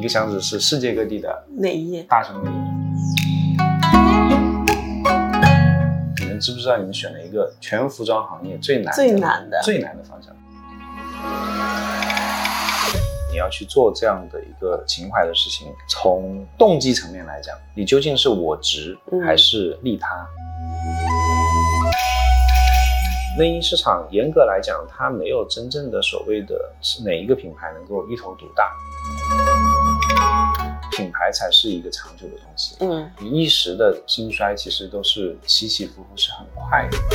个箱子是世界各地的内衣， 大胸内衣。你们知不知道你们选了一个全服装行业最难的方向？你要去做这样的一个情怀的事情，从动机层面来讲，你究竟是我执还是利他？内衣市场严格来讲，它没有真正的所谓的哪一个品牌能够一头独大，品牌才是一个长久的东西。你一时的兴衰其实都是起起伏伏，是很快的。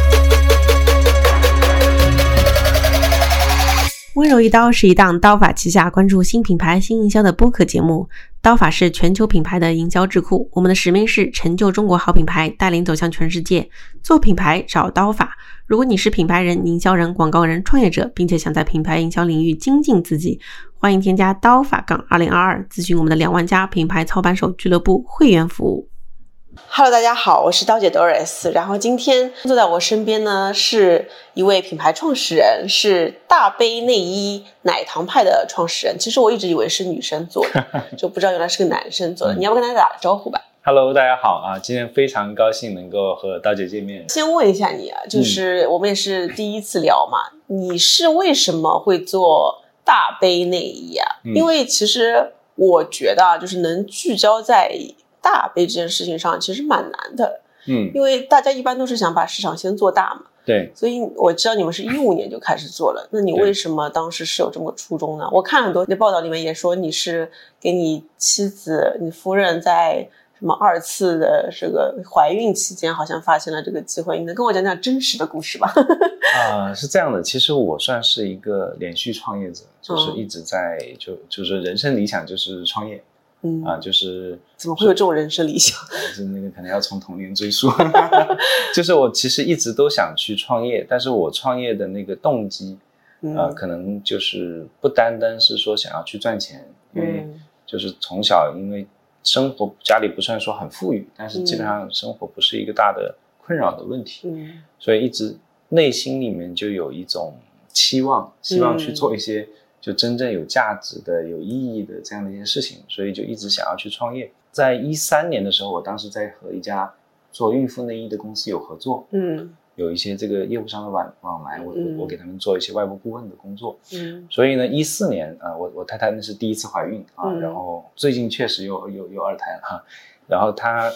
温柔一刀是一档刀法旗下关注新品牌新营销的播客节目。刀法是全球品牌的营销智库，我们的使命是成就中国好品牌，带领走向全世界。做品牌找刀法。如果你是品牌人、营销人、广告人、创业者，并且想在品牌营销领域精进自己，欢迎添加刀法-2022咨询我们的2万家品牌操盘手俱乐部会员服务。Hello， 大家好，我是刀姐 Doris。然后今天坐在我身边呢是一位品牌创始人，是大杯内衣奶糖派的创始人。其实我一直以为是女生做的，就不知道原来是个男生做的。你要不跟大家打个招呼吧 ？Hello， 大家好啊！今天非常高兴能够和刀姐见面。 先问一下你啊，就是我们也是第一次聊嘛，你是为什么会做大杯内衣啊？因为其实我觉得就是能聚焦在大杯这件事情上其实蛮难的。因为大家一般都是想把市场先做大嘛。 对， 所以我知道你们是15年就开始做了，那你为什么当时是有这么个初衷呢？我看很多的报道里面也说你是给你妻子、你夫人在什么2次的这个怀孕期间好像发现了这个机会，你能跟我讲讲真实的故事吧？ 是这样的，其实我算是一个连续创业者，就是一直在就是人生理想就是创业。就是怎么会有这种人生理想？ 就是那个可能要从童年追溯。就是我其实一直都想去创业，但是我创业的那个动机可能就是不单单是说想要去赚钱，因为就是从小因为生活家里不算说很富裕，但是基本上生活不是一个大的困扰的问题，所以一直内心里面就有一种希望去做一些就真正有价值的、有意义的这样的一些事情，所以就一直想要去创业。在13年的时候，我当时在和一家做孕妇内衣的公司有合作，有一些这个业务上的往来，我给他们做一些外部顾问的工作，所以呢，14年我太太那是第一次怀孕然后最近确实有2胎了然后她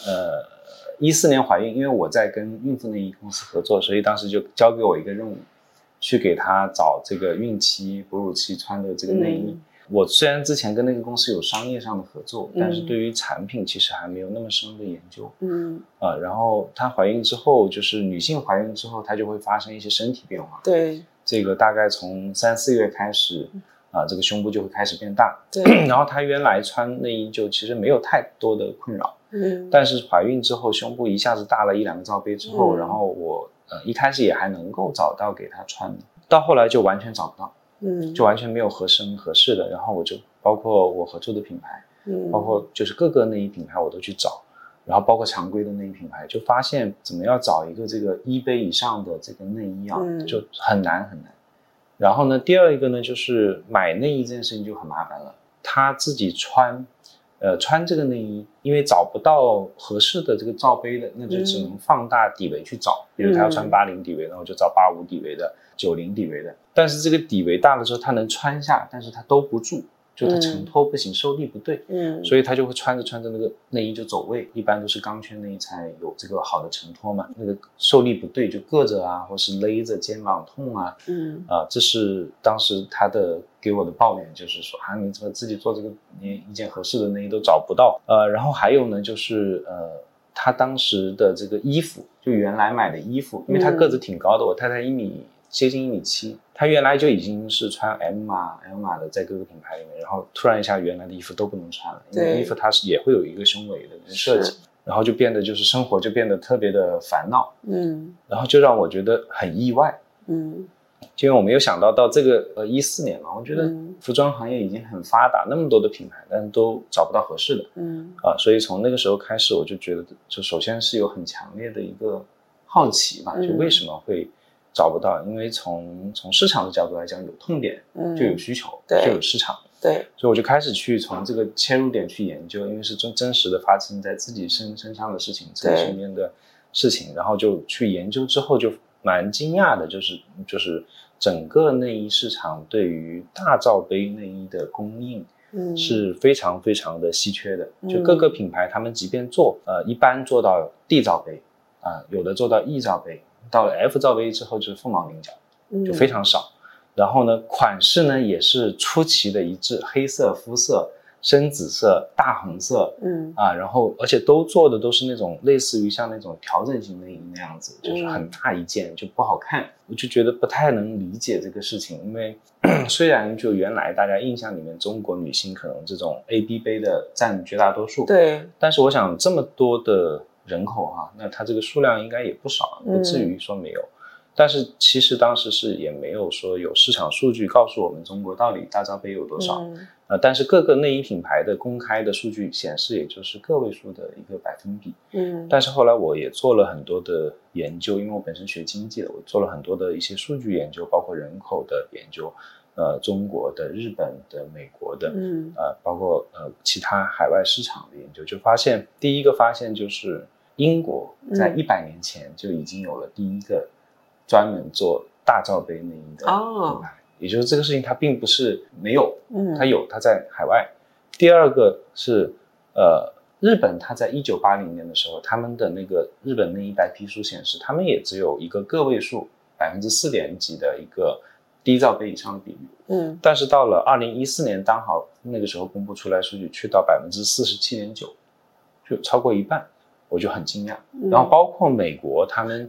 14年怀孕，因为我在跟孕妇内衣公司合作，所以当时就交给我一个任务。去给他找这个孕期、哺乳期穿的这个内衣。我虽然之前跟那个公司有商业上的合作，但是对于产品其实还没有那么深的研究。然后她怀孕之后，就是女性怀孕之后，她就会发生一些身体变化。 对， 这个大概从3、4月开始，这个胸部就会开始变大。 对， 然后她原来穿内衣就其实没有太多的困扰。但是怀孕之后，胸部一下子大了1-2个罩杯之后，然后我一开始也还能够找到给他穿的，到后来就完全找不到，就完全没有合适的，然后我就包括我合作的品牌，包括就是各个内衣品牌我都去找，然后包括常规的内衣品牌，就发现怎么要找一个这个1杯以上的这个内衣就很难。然后呢，第二一个呢，就是买内衣这件事情就很麻烦了，他自己穿这个内衣，因为找不到合适的这个罩杯的，那就只能放大底围去找，比如他要穿80底围，那我就找85底围的、90底围的。但是这个底围大了之后，他能穿下，但是他兜不住，就他承托不行，受力不对，所以他就会穿着那个内衣就走位，一般都是钢圈内衣才有这个好的承托嘛，那个受力不对就硌着或是勒着肩膀痛这是当时他给我的抱怨，就是说你怎么自己做这个连一件合适的内衣都找不到。然后还有呢，就是他当时的这个衣服，就原来买的衣服，因为他个子挺高的，我太太接近1.7米，他原来就已经是穿 L 码的，在各个品牌里面，然后突然一下原来的衣服都不能穿了，因为衣服它也会有一个胸围的设计，然后就变得就是生活就变得特别的烦恼，然后就让我觉得很意外，因为我没有想到这个14年嘛，我觉得服装行业已经很发达，那么多的品牌，但是都找不到合适的，所以从那个时候开始，我就觉得就首先是有很强烈的一个好奇嘛，就为什么会找不到？因为从市场的角度来讲，有痛点就有需求，就有市场。 对， 所以我就开始去从这个切入点去研究，因为是真实的发生在自己身上的事情，自己身边的事情，然后就去研究之后就蛮惊讶的，就是整个内衣市场对于大罩杯内衣的供应是非常非常的稀缺的，就各个品牌他们即便做一般做到 D 罩杯有的做到 E 罩杯，到了 F 罩杯之后就是凤毛麟角，就非常少。然后呢，款式呢也是出奇的一致，黑色、肤色、深紫色、大红色，然后而且都做的都是那种类似于像那种调整型内衣那样子，就是很大一件就不好看，我就觉得不太能理解这个事情，因为虽然就原来大家印象里面中国女性可能这种 AB 杯的占绝大多数， 对， 但是我想这么多的人口那它这个数量应该也不少，不至于说没有。但是其实当时是也没有说有市场数据告诉我们中国到底大罩杯有多少，但是各个内衣品牌的公开的数据显示也就是个位数的一个百分比，但是后来我也做了很多的研究，因为我本身学经济的，我做了很多的一些数据研究，包括人口的研究，中国的、日本的、美国的，包括其他海外市场的研究，就发现第一个发现就是英国在100年前就已经有了第一个专门做大罩杯内衣的品牌，也就是这个事情它并不是没有，它有，它在海外。第二个是日本，它在1980年的时候，他们的那个日本内衣白皮书显示，他们也只有一个个位数4%点几的一个低罩杯以上的比率，但是到了2014年，刚好那个时候公布出来数据，去到47.9%，就超过一半。我就很惊讶，然后包括美国，他们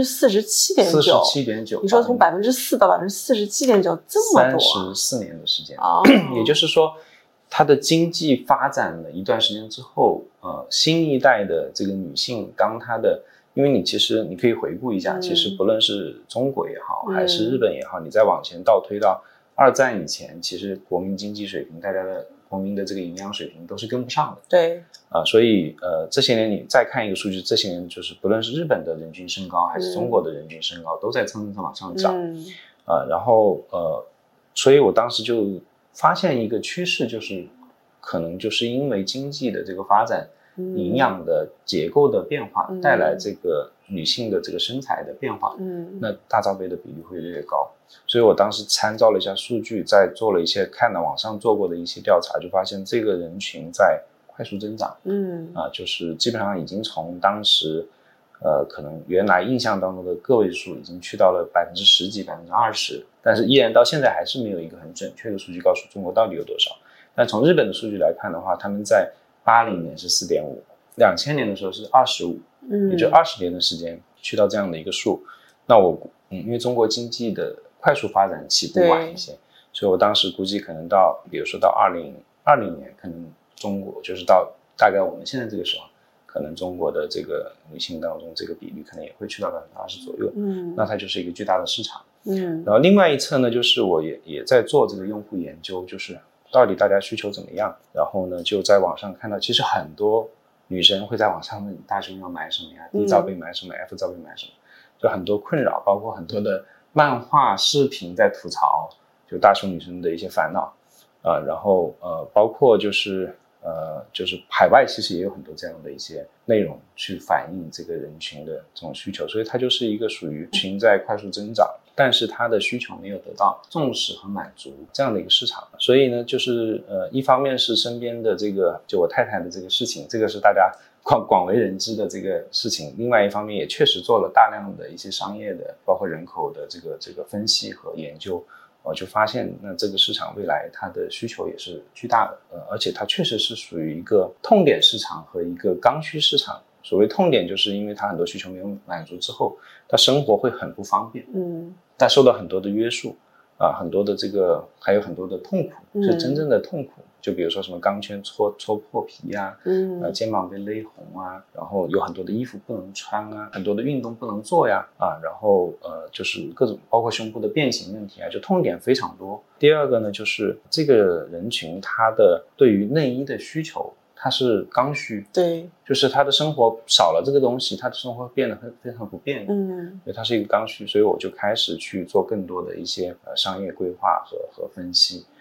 47.9%， 你说从4%到47.9%，这么多 ，34年的时间，也就是说，它的经济发展了一段时间之后，新一代的这个女性，当她的，因为你其实你可以回顾一下，其实不论是中国也好，还是日本也好，你再往前倒推到2战以前，其实国民经济水平，大家的国民的这个营养水平都是跟不上的， 对。 所以这些年你再看一个数据，这些年就是不论是日本的人均身高还是中国的人均身高都在蹭蹭往上涨，然后所以我当时就发现一个趋势，就是可能就是因为经济的这个发展，营养的结构的变化带来这个女性的这个身材的变化，那大罩杯的比例会越来越高。所以我当时参照了一下数据，再做了一些看了网上做过的一些调查，就发现这个人群在快速增长，就是基本上已经从当时可能原来印象当中的个位数已经去到了10%几、20%，但是依然到现在还是没有一个很准确的数据告诉中国到底有多少。但从日本的数据来看的话，他们在80年是4.5%， 2000年的时候是25%，也就20年的时间去到这样的一个数。那我因为中国经济的快速发展起步晚一些，所以我当时估计可能到，比如说到2020年，可能中国就是到大概我们现在这个时候，可能中国的这个女性当中这个比率可能也会去到20%左右，那它就是一个巨大的市场。然后另外一侧呢，就是我也在做这个用户研究，就是到底大家需求怎么样，然后呢就在网上看到，其实很多女生会在网上问大胸要买什么呀，D 罩杯买什么，F 罩杯买什么，就很多困扰，包括很多的漫画视频在吐槽就大胸女生的一些烦恼然后包括就是海外其实也有很多这样的一些内容去反映这个人群的这种需求，所以它就是一个属于群在快速增长，但是它的需求没有得到重视和满足这样的一个市场。所以呢，就是一方面是身边的这个就我太太的这个事情，这个是大家广为人知的这个事情，另外一方面也确实做了大量的一些商业的包括人口的这个分析和研究，我就发现那这个市场未来它的需求也是巨大的，而且它确实是属于一个痛点市场和一个刚需市场。所谓痛点，就是因为它很多需求没有满足之后，它生活会很不方便，它受到很多的约束很多的这个还有很多的痛苦，是真正的痛苦。就比如说什么钢圈戳破皮肩膀被勒红然后有很多的衣服不能穿很多的运动不能做然后就是各种包括胸部的变形问题就痛点非常多。第二个呢，就是这个人群他的对于内衣的需求，它是刚需，对，就是他的生活少了这个东西，他的生活变得非常不便所以它是一个刚需，所以我就开始去做更多的一些商业规划和分析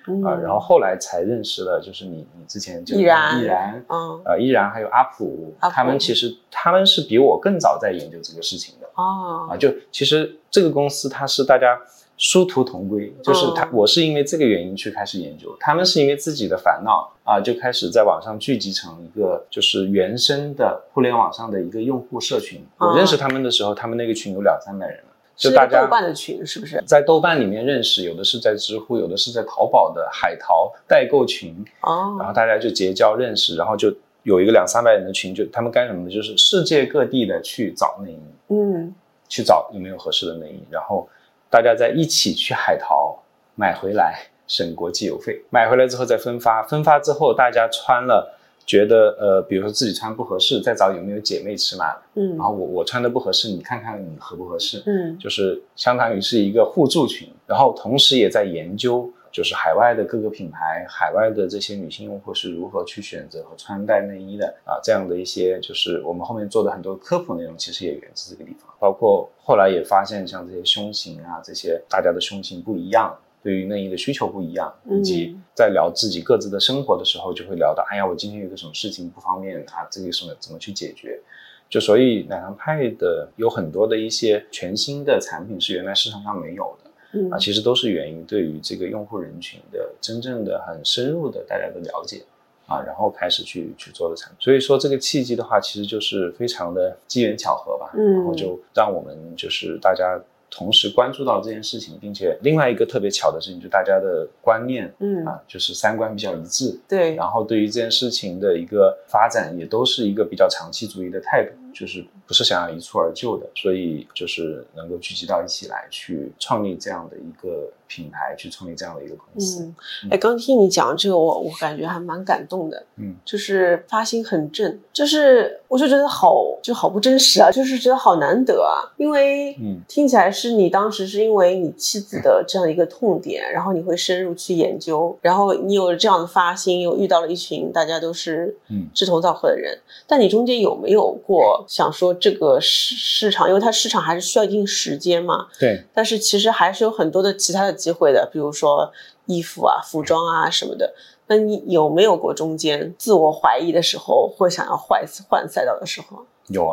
然后后来才认识了，就是你之前就依然依然还有阿普，他们是比我更早在研究这个事情的就其实这个公司它是大家殊途同归，就是我是因为这个原因去开始研究，他们是因为自己的烦恼就开始在网上聚集成一个就是原生的互联网上的一个用户社群。我认识他们的时候，他们那个群有200-300人了，就大家是豆瓣的群是不是？ 在豆瓣里面认识，有的是在知乎，有的是在淘宝的海淘代购群然后大家就结交认识，然后就有一个200-300人的群，就他们干什么呢？就是世界各地的去找内衣，去找有没有合适的内衣，然后大家在一起去海淘买回来，省国际邮费，买回来之后再分发之后大家穿了觉得比如说自己穿不合适，再找有没有姐妹尺码然后我穿的不合适，你看看你合不合适就是相当于是一个互助群，然后同时也在研究就是海外的各个品牌，海外的这些女性用户是如何去选择和穿戴内衣的这样的一些就是我们后面做的很多科普内容其实也源自这个地方，包括后来也发现像这些胸型这些大家的胸型不一样，对于内衣的需求不一样，以及在聊自己各自的生活的时候就会聊到我今天有个什么事情不方便这个怎么去解决，就所以奶糖派的有很多的一些全新的产品是原来市场上没有的其实都是源于对于这个用户人群的真正的很深入的大家的了解然后开始去做的产品。所以说这个契机的话其实就是非常的机缘巧合吧然后就让我们就是大家同时关注到这件事情，并且另外一个特别巧的事情，就大家的观念就是三观比较一致， 对， 然后对于这件事情的一个发展也都是一个比较长期主义的态度，就是不是想要一蹴而就的，所以就是能够聚集到一起来去创立这样的一个品牌，去创立这样的一个公司。 刚听你讲这个我感觉还蛮感动的，就是发心很正，就是我就觉得好不真实就是觉得好难得因为听起来是你当时是因为你妻子的这样一个痛点，然后你会深入去研究，然后你有了这样的发心，又遇到了一群大家都是志同道合的人，但你中间有没有过想说这个市场，因为它市场还是需要一定时间嘛， 对， 但是其实还是有很多的其他的机会的，比如说衣服服装什么的，那你有没有过中间自我怀疑的时候，或想要换赛道的时候？ 有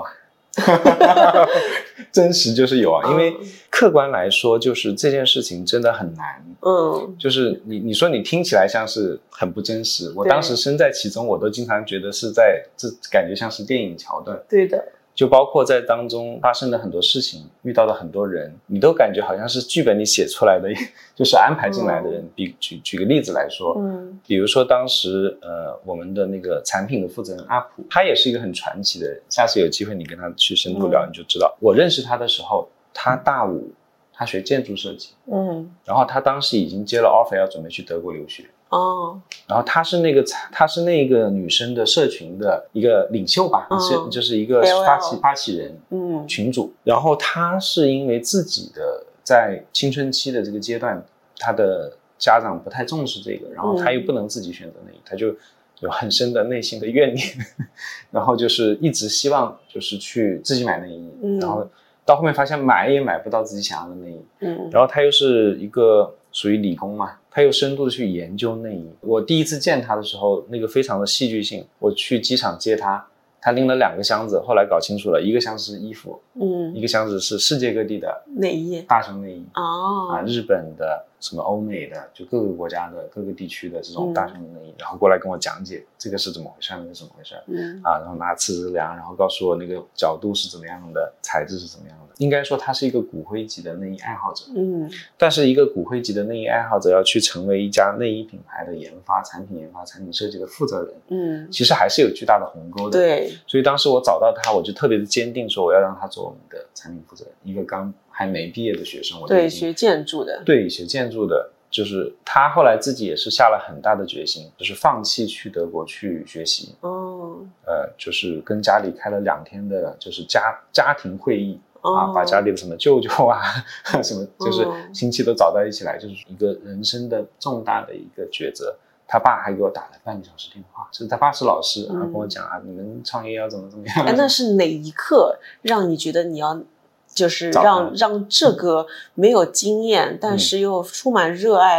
真实就是有因为客观来说就是这件事情真的很难就是你说你听起来像是很不真实，我当时身在其中我都经常觉得是这感觉像是电影桥段， 对的， 就包括在当中发生的很多事情，遇到的很多人，你都感觉好像是剧本里写出来的，就是安排进来的人。举个例子来说，比如说当时我们的那个产品的负责人阿普，他也是一个很传奇的人，下次有机会你跟他去深度聊你就知道。我认识他的时候，他大5，他学建筑设计，然后他当时已经接了 offer 要准备去德国留学。然后他是那个女生的社群的一个领袖吧，就是一个发起人，群主。然后他是因为自己的在青春期的这个阶段，他的家长不太重视这个，然后他又不能自己选择内衣，他就有很深的内心的怨念，然后就是一直希望就是去自己买内衣，然后到后面发现买也买不到自己想要的内衣，然后他又是一个属于理工嘛，他又深度的去研究内衣。我第一次见他的时候，那个非常的戏剧性，我去机场接他，他拎了2个箱子，后来搞清楚了，一个箱子是衣服，一个箱子是世界各地的内衣， 大胸内衣日本的什么欧美的，就各个国家的各个地区的这种大胸内衣，然后过来跟我讲解这个是怎么回事，那个是怎么回事然后拿尺子量，然后告诉我那个角度是怎么样的，材质是怎么样的。应该说他是一个骨灰级的内衣爱好者，但是一个骨灰级的内衣爱好者要去成为一家内衣品牌的产品研发、产品设计的负责人，其实还是有巨大的鸿沟的。 对， 所以当时我找到他，我就特别的坚定说我要让他做我们的产品负责人，一个刚还没毕业的学生。 对，学建筑的。 对，学建筑的。就是他后来自己也是下了很大的决心，就是放弃去德国去学习就是跟家里开了2天的就是家庭会议把家里的什么舅舅什么就是亲戚都找到一起来，就是一个人生的重大的一个抉择。他爸还给我打了半个小时电话，就是他爸是老师跟我讲你们创业要怎么样。 那是哪一刻让你觉得你要就是让这个没有经验但是又充满热爱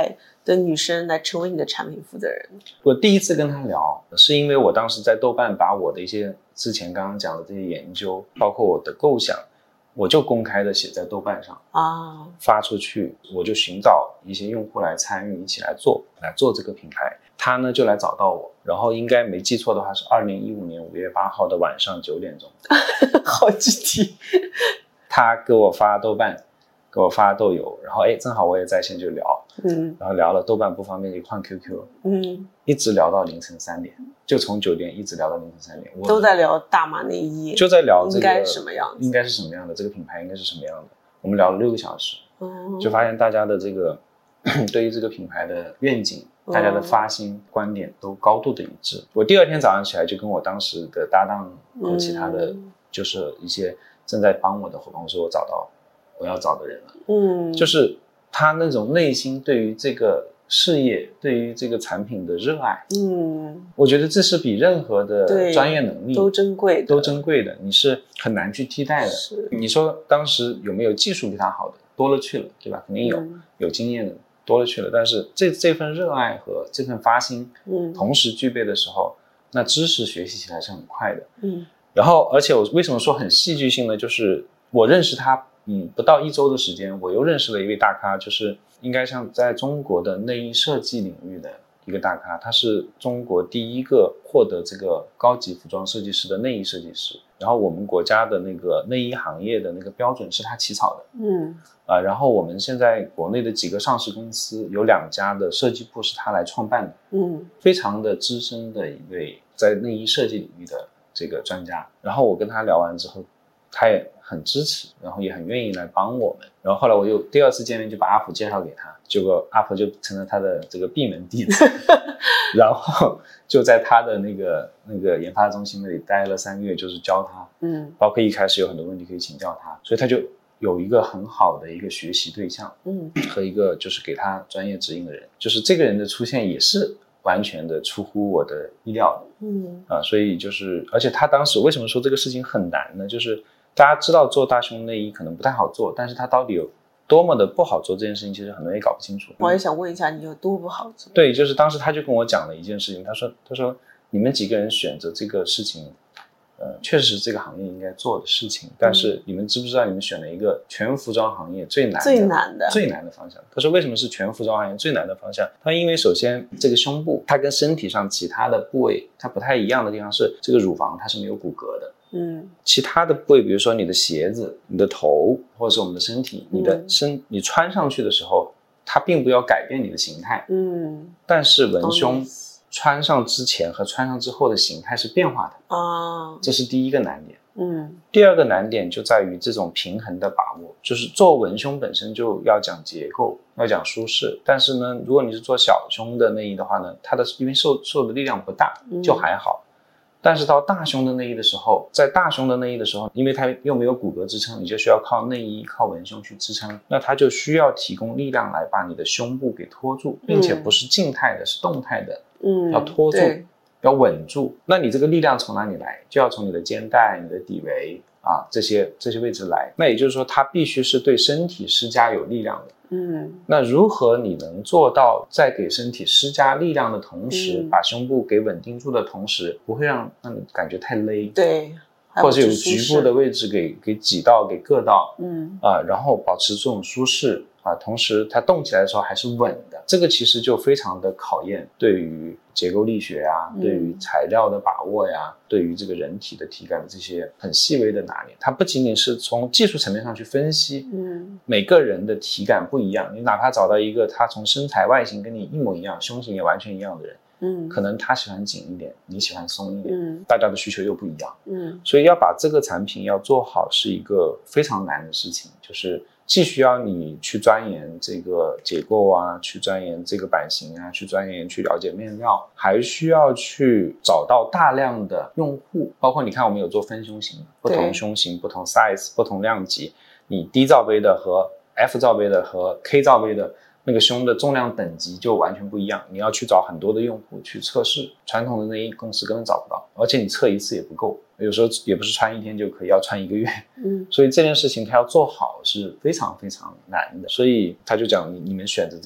的女生来成为你的产品负责人？ 我第一次跟她聊，是因为我当时在豆瓣把我的一些之前刚刚讲的这些研究，包括我的构想，我就公开的写在豆瓣上发出去，我就寻找一些用户来参与，一起来做这个品牌。他呢就来找到我，然后应该没记错的话是2015年5月8号的晚上9点钟。 好具体。 他给我发豆瓣，给我发豆油，然后正好我也在线就聊，然后聊了豆瓣不方便就换 QQ，一直聊到凌晨3点，就从9点一直聊到凌晨3点， 都在聊大码内衣， 就在聊这个应该什么样子， 应该是什么样的，这个品牌应该是什么样的，我们聊了6个小时，就发现大家的这个对于这个品牌的愿景，大家的发心观点都高度的一致。我第二天早上起来就跟我当时的搭档和其他的就是一些正在帮我的伙伴说，我找到我要找的人了。就是他那种内心对于这个事业，对于这个产品的热爱，我觉得这是比任何的专业能力都珍贵的，你是很难去替代的。你说当时有没有技术比他好的？多了去了，对吧？肯定有经验的多了去了，但是这份热爱和这份发心同时具备的时候，那知识学习起来是很快的。然后而且我为什么说很戏剧性呢？就是我认识他不到1周的时间，我又认识了一位大咖，就是应该像在中国的内衣设计领域的一个大咖，他是中国第一个获得这个高级服装设计师的内衣设计师，然后我们国家的那个内衣行业的那个标准是他起草的。然后我们现在国内的几个上市公司有2家的设计部是他来创办的，非常的资深的一位在内衣设计领域的这个专家。然后我跟他聊完之后，他也很支持，然后也很愿意来帮我们。然后后来我又第2次见面就把阿普介绍给他，结果阿普就成了他的这个闭门弟子，然后就在他的那个研发中心那里待了3个月，就是教他，包括一开始有很多问题可以请教他，所以他就有一个很好的一个学习对象，和一个就是给他专业指引的人，就是这个人的出现也是完全的出乎我的意料的，所以就是而且他当时为什么说这个事情很难呢？就是大家知道做大胸内衣可能不太好做，但是他到底有多么的不好做这件事情，其实很多人也搞不清楚。 我也想问一下，你有多不好做？ 对，就是当时他就跟我讲了一件事情，他说你们几个人选择这个事情，确实是这个行业应该做的事情，但是你们知不知道你们选了一个全服装行业最难的方向？他说为什么是全服装行业最难的方向？他因为首先这个胸部它跟身体上其他的部位它不太一样的地方是这个乳房它是没有骨骼的。其他的部位比如说你的鞋子、你的头或者是我们的身体，你穿上去的时候它并不要改变你的形态，但是文胸穿上之前和穿上之后的形态是变化的，这是第一个难点。第二个难点就在于这种平衡的把握，就是做文胸本身就要讲结构，要讲舒适，但是呢如果你是做小胸的内衣的话呢，它的因为受的力量不大就还好，但是到大胸的内衣的时候，在大胸的内衣的时候，因为它又没有骨骼支撑，你就需要靠内衣靠文胸去支撑，那它就需要提供力量来把你的胸部给拖住，并且不是静态的，是动态的，要拖住，要稳住。那你这个力量从哪里来？就要从你的肩带、你的底围这些位置来。那也就是说它必须是对身体施加有力量的。那如何你能做到在给身体施加力量的同时，把胸部给稳定住的同时，不会让你感觉太勒， 对， 或者有局部的位置给挤到给硌到，然后保持这种舒适同时它动起来的时候还是稳的，这个其实就非常的考验对于结构力学对于材料的把握对于这个人体的体感的这些很细微的拿捏，它不仅仅是从技术层面上去分析，每个人的体感不一样，你哪怕找到一个他从身材外形跟你一模一样，胸型也完全一样的人，可能他喜欢紧一点，你喜欢松一点，大家的需求又不一样，所以要把这个产品要做好是一个非常难的事情，就是既需要你去钻研这个结构去钻研这个版型去钻研去了解面料，还需要去找到大量的用户，包括你看我们有做分胸型，不同胸型、不同 size、不同量级，你低罩杯的和 F 罩杯的和 K 罩杯的那个胸的重量等级就完全不一样，你要去找很多的用户去测试，传统的内衣公司根本找不到，而且你测一次也不够，有时候也不是穿1天就可以，要穿1个月，所以这件事情它要做好是非常非常难的，所以他就讲你们选择这个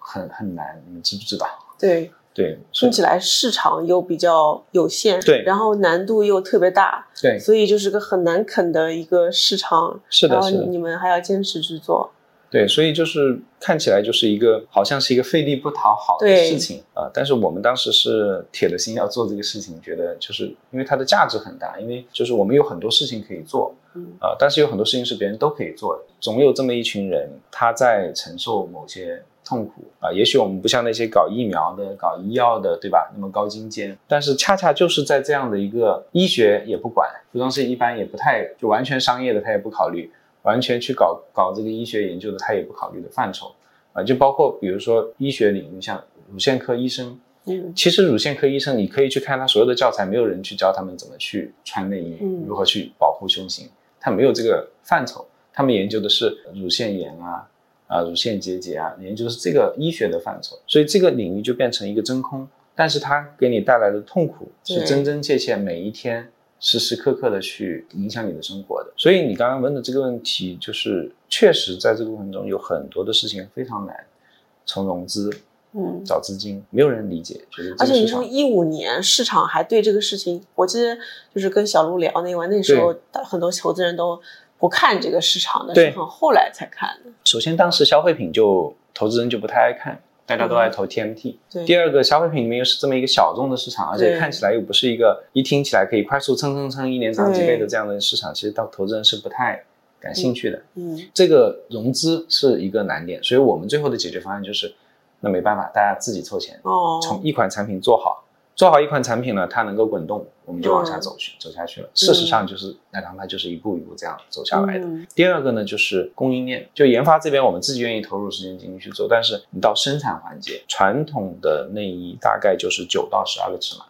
很难，你们知不知道？ 对，听起来市场又比较有限， 对， 然后难度又特别大， 对， 所以就是个很难啃的一个市场。 是的， 然后你们还要坚持去做。 对，所以就是看起来就是一个好像是一个费力不讨好的事情啊，但是我们当时是铁了心要做这个事情，觉得就是因为它的价值很大，因为就是我们有很多事情可以做，但是有很多事情是别人都可以做的，总有这么一群人他在承受某些痛苦啊，也许我们不像那些搞疫苗的、搞医药的，对吧？那么高精尖，但是恰恰就是在这样的一个医学也不管，服装设计一般也不太就完全商业的，他也不考虑。完全去搞这个医学研究的他也不考虑的范畴就包括比如说医学领域，像乳腺科医生，其实乳腺科医生你可以去看他所有的教材，没有人去教他们怎么去穿内衣，如何去保护胸型，他没有这个范畴，他们研究的是乳腺炎乳腺结节研究的是这个医学的范畴，所以这个领域就变成一个真空，但是它给你带来的痛苦是真真切切每一天时时刻刻的去影响你的生活的。所以你刚刚问的这个问题，就是确实在这个过程中有很多的事情非常难，从融资找资金，没有人理解，觉得而且你说15年市场还对这个事情，我记得就是跟小卢聊那时候很多投资人都不看这个市场的，是很后来才看的。 首先当时消费品投资人就不太爱看，大家都爱投 TMT。第二个，消费品里面又是这么一个小众的市场，而且看起来又不是一个一听起来可以快速蹭一年涨几倍的这样的市场，其实到投资人是不太感兴趣的。这个融资是一个难点，所以我们最后的解决方案就是那没办法，大家自己凑钱，从一款产品做好一款产品呢，它能够滚动，我们就往下走下去了。事实上就是奶糖派就是一步一步这样走下来的。第二个呢，就是供应链，就研发这边我们自己愿意投入时间精力去做，但是你到生产环节，传统的内衣大概就是9到12个尺码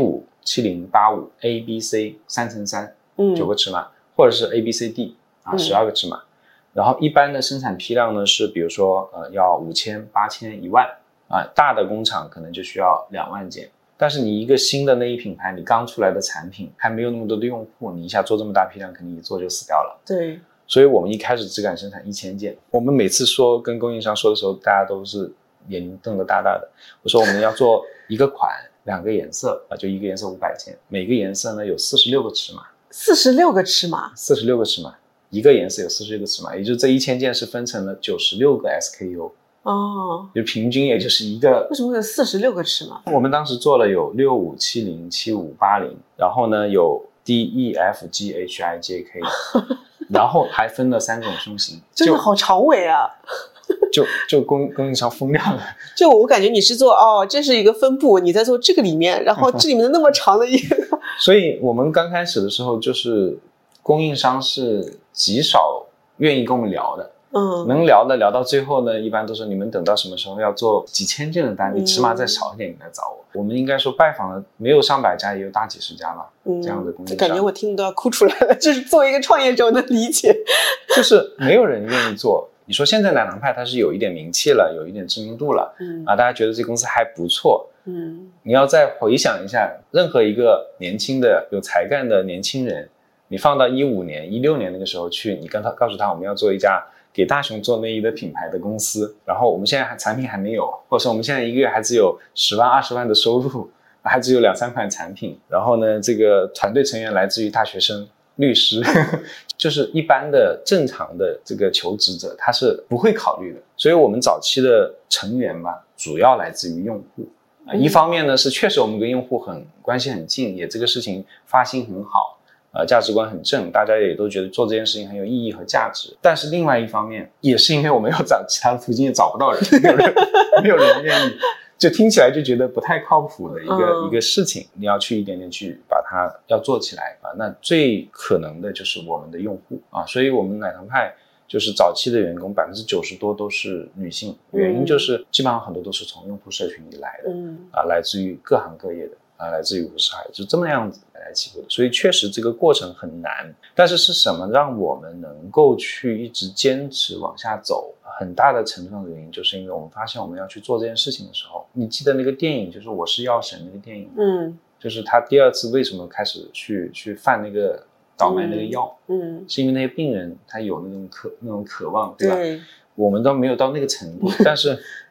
，75、70、85 ABC 3×3 9个尺码，或者是 ABCD 12个尺码。然后一般的生产批量呢是比如说要5000、8000、1万大的工厂可能就需要2万件。但是你一个新的内衣品牌，你刚出来的产品还没有那么多的用户，你一下做这么大批量，肯定一做就死掉了。 对， 所以我们一开始只敢生产1000件。我们每次说跟供应商说的时候，大家都是眼睛瞪得大大的。我说我们要做一个款2个颜色就一个颜色500件，每个颜色呢有46个尺码。 46个尺码 ？46个尺码，一个颜色有46个尺码，也就是这1000件是分成了96个 SKU。就平均也就是一个。 为什么会有46个尺码？ 我们当时做了有65、70、75、80，然后呢有 D、E、F、G、H、I、J、K， 然后还分了3种胸型， 真的好长尾啊！ 就供应商疯掉了。 就我感觉你是做这是一个分布，你在做这个里面，然后这里面那么长的一个。 所以我们刚开始的时候，就是供应商是极少愿意跟我们聊的。能聊到最后呢，一般都说你们等到什么时候要做几千件的单，你起码再少一点你来找我。我们应该说拜访了没有上百家，也有大几十家吧，这样的供应商。 感觉我听都要哭出来了，就是作为一个创业者我能理解， 就是没有人愿意做。你说现在奶糖派它是有一点名气了，有一点知名度了，大家觉得这公司还不错。你要再回想一下，任何一个年轻的有才干的年轻人，你放到15年、16年那个时候去，你告诉他我们要做一家给大熊做内衣的品牌的公司，然后我们现在产品还没有，或者说我们现在一个月还只有10万、20万的收入，还只有2-3款产品，然后呢，这个团队成员来自于大学生、律师，就是一般的正常的这个求职者，他是不会考虑的。所以我们早期的成员吧，主要来自于用户。一方面呢，是确实我们跟用户关系很近，也这个事情发心很好。价值观很正，大家也都觉得做这件事情很有意义和价值。但是另外一方面，也是因为我没有找其他的途径，也找不到人，没有人愿意，就听起来就觉得不太靠谱的一个事情。你要去一点点去把它要做起来那最可能的就是我们的用户所以我们奶糖派就是早期的员工90%多都是女性，原因就是基本上很多都是从用户社群里来的来自于各行各业的来自于50海，就这么样子来起步的。所以确实这个过程很难，但是是什么让我们能够去一直坚持往下走，很大的程度上的原因就是因为我们发现我们要去做这件事情的时候，你记得那个电影就是我是药神那个电影就是他第2次为什么开始去贩那个倒卖那个药是因为那些病人他有那种渴望，对吧？我们都没有到那个程度，但是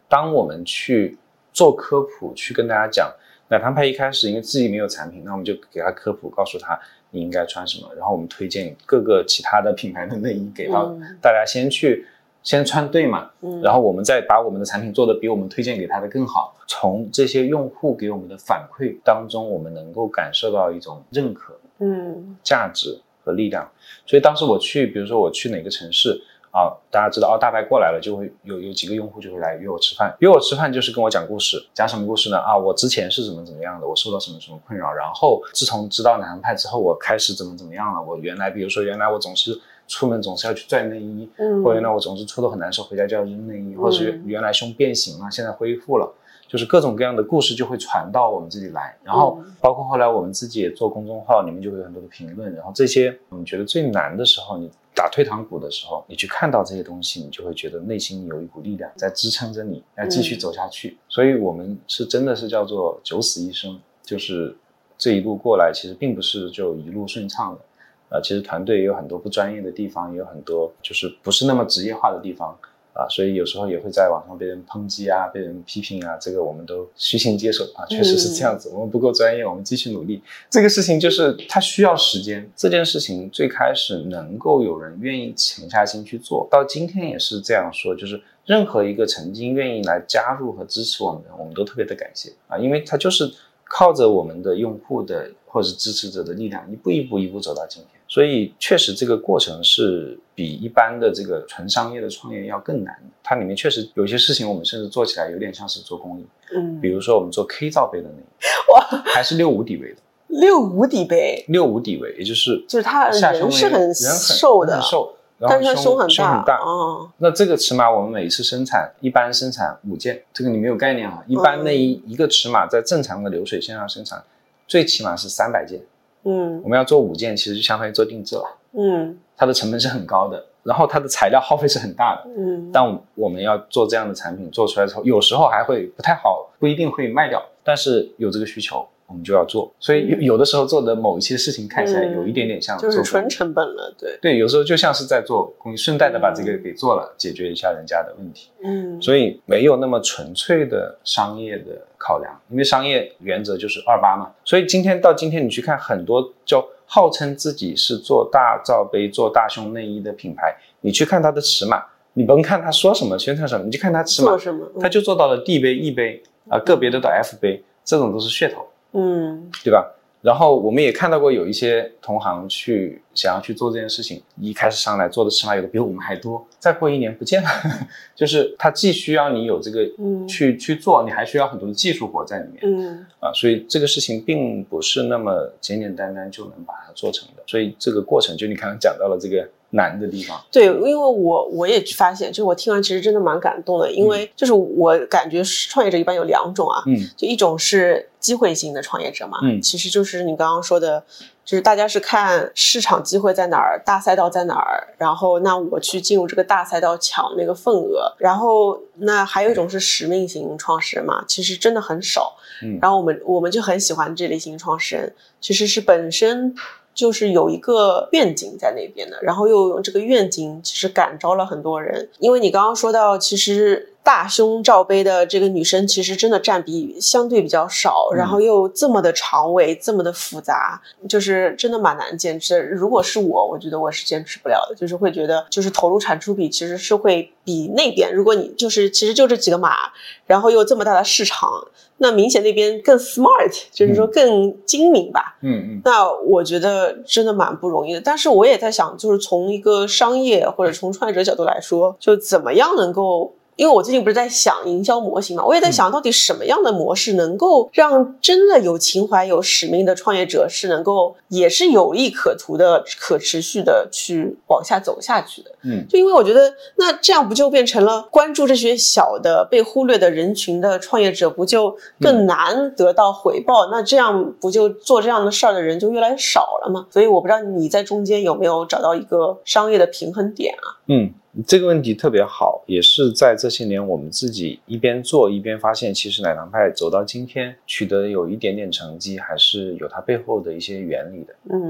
当我们去做科普，去跟大家讲奶糖派一开始因为自己没有产品，那我们就给他科普，告诉他你应该穿什么，然后我们推荐各个其他的品牌的内衣给到大家先穿对嘛，然后我们再把我们的产品做得比我们推荐给他的更好。从这些用户给我们的反馈当中，我们能够感受到一种认可、价值和力量。所以当时比如说我去哪个城市啊，大家知道大白过来了，就会有几个用户就会来约我吃饭。约我吃饭就是跟我讲故事，讲什么故事呢？我之前是怎么样的，我受到什么困扰，然后自从知道奶糖派之后，我开始怎么样了。我比如说原来我出门总是要去拽内衣，或者原来我总是出得很难受，回家就要扔内衣，或者是原来胸变形了，现在恢复了，就是各种各样的故事就会传到我们这里来。然后包括后来我们自己也做公众号，里面就会有很多的评论，然后这些你觉得最难的时候，你打退堂鼓的时候，你去看到这些东西，你就会觉得内心有一股力量在支撑着你要继续走下去。所以我们真的是叫做九死一生，就是这一路过来其实并不是就一路顺畅的。其实团队也有很多不专业的地方，也有很多就是不是那么职业化的地方所以有时候也会在网上被人抨击被人批评这个我们都虚心接受确实是这样子，我们不够专业，我们继续努力。这个事情就是它需要时间，这件事情最开始能够有人愿意沉下心去做，到今天也是这样说，就是任何一个曾经愿意来加入和支持我们的，我们都特别的感谢因为它就是靠着我们的用户的或者是支持者的力量，一步走到今天。所以确实这个过程是比一般的这个纯商业的创业要更难的，它里面确实有些事情我们甚至做起来有点像是做公益。比如说我们做 K 罩杯的内衣，还是65底围的。 65底杯 ，65底围，也就是它人是很瘦的， 很瘦， 但是胸很大那这个尺码我们每一次一般生产5件，这个你没有概念一般内衣一个尺码在正常的流水线上生产最起码是300件。我们要做5件，其实就相当于做定制了。它的成本是很高的，然后它的材料耗费是很大的。但我们要做这样的产品，做出来之后，有时候还会不太好，不一定会卖掉，但是有这个需求，我们就要做。所以有的时候做的某一些事情看起来有一点点像做就是纯成本了。 对，有时候就像是在做公益，顺带的把这个给做了，解决一下人家的问题。所以没有那么纯粹的商业的考量，因为商业原则就是28嘛。所以到今天你去看很多就号称自己是做大罩杯做大胸内衣的品牌，你去看它的尺码，你甭看他说什么宣传什么，你就看它尺码，他就做到了 D 杯 E 杯个别的到 F 杯，这种都是噱头。对吧？然后我们也看到过有一些同行想要去做这件事情，一开始上来做的尺码有的比我们还多，再过1年不见了。就是它既需要你有这个去做，你还需要很多的技术活在里面。所以这个事情并不是那么简简单单就能把它做成的。所以这个过程就你刚刚讲到了这个难的地方。 对，因为我也发现，就是我听完其实真的蛮感动的，因为就是我感觉创业者一般有2种就一种是机会型的创业者嘛，其实就是你刚刚说的，就是大家是看市场机会在哪儿，大赛道在哪儿，然后那我去进入这个大赛道抢那个份额。然后那还有一种是使命型创始人嘛，其实真的很少。然后我们就很喜欢这类型创始人，其实是本身就是有一个愿景在那边的，然后又用这个愿景其实感召了很多人。因为你刚刚说到其实大胸罩杯的这个女生其实真的占比相对比较少，然后又这么的长尾，这么的复杂，就是真的蛮难坚持的。如果是我觉得我是坚持不了的，就是会觉得就是投入产出比其实是会比那边，如果你其实就这几个码，然后又这么大的市场，那明显那边更 smart， 就是说更精明吧。那我觉得真的蛮不容易的。但是我也在想，就是从一个商业或者从创业者角度来说，就怎么样能够，因为我最近不是在想营销模型嘛，我也在想到底什么样的模式能够让真的有情怀有使命的创业者是能够也是有利可图的可持续的去往下走下去的。就因为我觉得那这样不就变成了关注这些小的被忽略的人群的创业者不就更难得到回报，那这样不就做这样的事儿的人就越来越少了吗？所以我不知道你在中间有没有找到一个商业的平衡点啊。 这个问题特别好，也是在这些年我们自己一边做一边发现，其实奶糖派走到今天取得有一点点成绩，还是有它背后的一些原理的。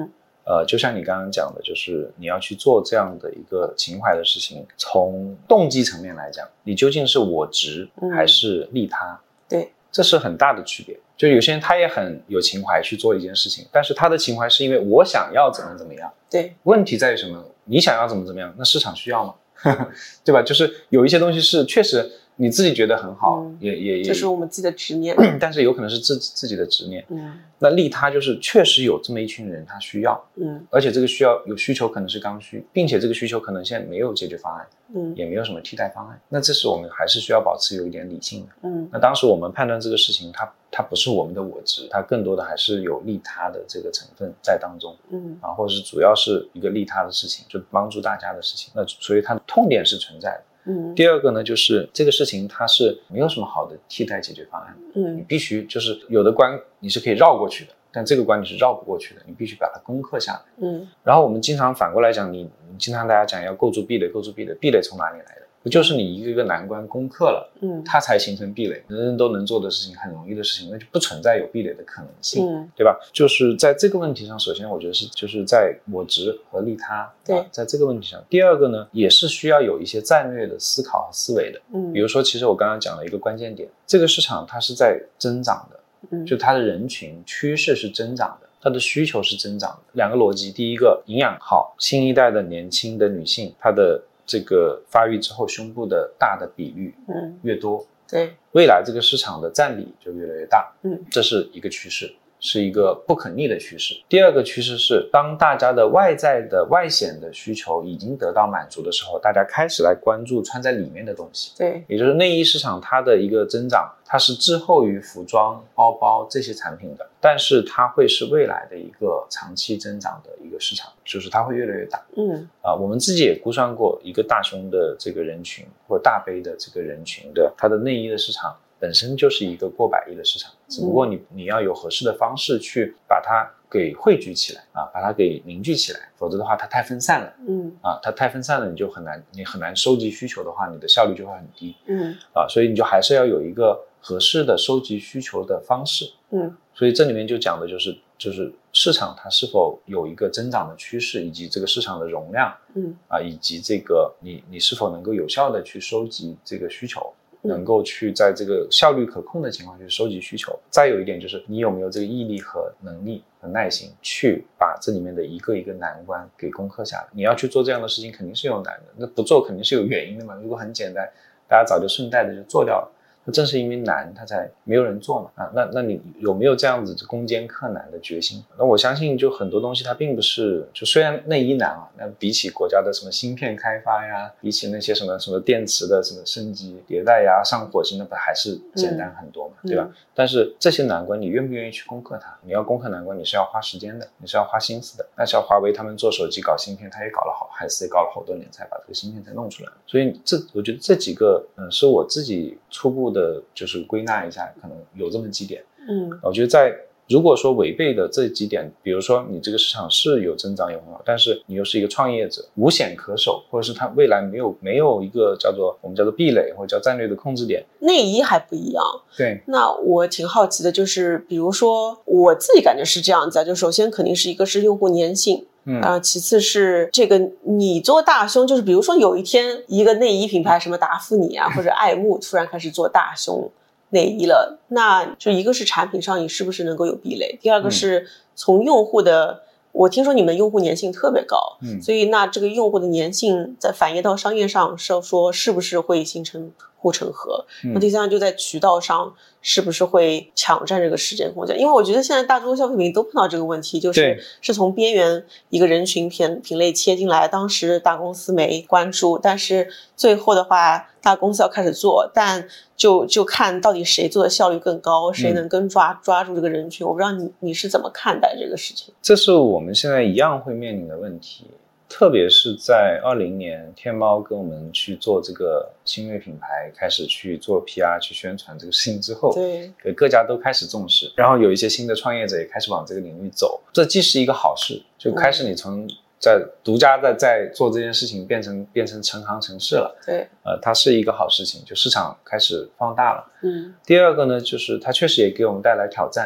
就像你刚刚讲的，就是你要去做这样的一个情怀的事情，从动机层面来讲，你究竟是我执还是利他？ 对， 这是很大的区别。就有些人他也很有情怀去做一件事情，但是他的情怀是因为我想要怎么样。 对， 问题在于什么？你想要怎么样，那市场需要吗？对吧？就是有一些东西是确实你自己觉得很好，也这是我们自己的执念， 但是有可能是自己的执念。那利他就是确实有这么一群人他需要，而且这个需求可能是刚需，并且这个需求可能现在没有解决方案，也没有什么替代方案。那这是我们还是需要保持有一点理性的。那当时我们判断这个事情，它不是我们的我执，它更多的还是有利他的这个成分在当中，或者是主要是一个利他的事情，就帮助大家的事情。那所以它的痛点是存在的。第二个呢，就是这个事情它是没有什么好的替代解决方案，你必须就是有的关你是可以绕过去的，但这个关你是绕不过去的，你必须把它攻克下来。然后我们经常反过来讲，你经常大家讲要构筑壁垒，壁垒从哪里来的？不就是你一个个难关攻克了，它才形成壁垒。人人都能做的事情，很容易的事情，那就不存在有壁垒的可能性，对吧？就是在这个问题上，首先我觉得就是在我执和利他， 对， 在这个问题上。第二个呢，也是需要有一些战略的思考和思维的。比如说，其实我刚刚讲了一个关键点，这个市场它是在增长的，就它的人群趋势是增长的。它的需求是增长的，两个逻辑。第一个，营养好，新一代的年轻的女性，她的这个发育之后胸部的大的比率越多， 对， 未来这个市场的占比就越来越大，这是一个趋势，是一个不可逆的趋势。第二个趋势是，当大家的外在的外显的需求已经得到满足的时候，大家开始来关注穿在里面的东西， 对， 也就是内衣市场它的一个增长，它是滞后于服装、包包这些产品的，但是它会是未来的一个长期增长的一个市场，就是它会越来越大。我们自己也估算过，一个大胸的这个人群或大杯的这个人群的它的内衣的市场本身就是一个过百亿的市场，只不过你要有合适的方式去把它给汇聚起来把它给凝聚起来，否则的话它太分散了，它太分散了，你很难收集需求的话，你的效率就会很低，所以你就还是要有一个合适的收集需求的方式，所以这里面就讲的就是市场它是否有一个增长的趋势，以及这个市场的容量，以及这个你是否能够有效的去收集这个需求，能够去在这个效率可控的情况去收集需求。再有一点就是你有没有这个毅力和能力和耐心去把这里面的一个一个难关给攻克下来。你要去做这样的事情肯定是有难的，那不做肯定是有原因的嘛。如果很简单，大家早就顺带的就做掉了，那正是因为难它才没有人做嘛。那你有没有这样子攻坚克难的决心？那我相信就很多东西它并不是，就虽然内衣难那比起国家的什么芯片开发呀，比起那些什么电池的什么升级迭代呀，上火星的还是简单很多嘛，对吧？但是这些难关你愿不愿意去攻克它？你要攻克难关你是要花时间的，你是要花心思的。那像华为他们做手机搞芯片，他也搞了海思也搞了好多年才把这个芯片才弄出来。所以我觉得这几个是我自己初步的就是归纳一下，可能有这么几点。我觉得如果说违背的这几点，比如说你这个市场是有增长有很好，但是你又是一个创业者，无险可守，或者是它未来没有一个我们叫做壁垒或者叫战略的控制点。 内衣还不一样。 对， 那我挺好奇的，就是比如说我自己感觉是这样子就首先肯定是一个是用户粘性，其次是这个你做大胸，就是比如说有一天一个内衣品牌什么达芙妮或者爱慕突然开始做大胸内衣了，那就一个是产品上你是不是能够有壁垒，第二个是从用户的，我听说你们用户粘性特别高，所以那这个用户的粘性在反映到商业上说是不是会形成护城河，那第三个就在渠道上是不是会抢占这个时间空间。因为我觉得现在大多消费品都碰到这个问题，就是从边缘一个人群品类切进来，当时大公司没关注，但是最后的话大公司要开始做，但就看到底谁做的效率更高，谁能更抓住这个人群。我不知道你是怎么看待这个事情。 这是我们现在一样会面临的问题，特别是在2020年天猫跟我们去做这个新锐品牌开始去做 PR 去宣传这个事情之后， 对， 各家都开始重视，然后有一些新的创业者也开始往这个领域走，这既是一个好事，就开始你从独家在做这件事情变成成行成市了， 对， 它是一个好事情，就市场开始放大了。第二个呢，就是它确实也给我们带来挑战。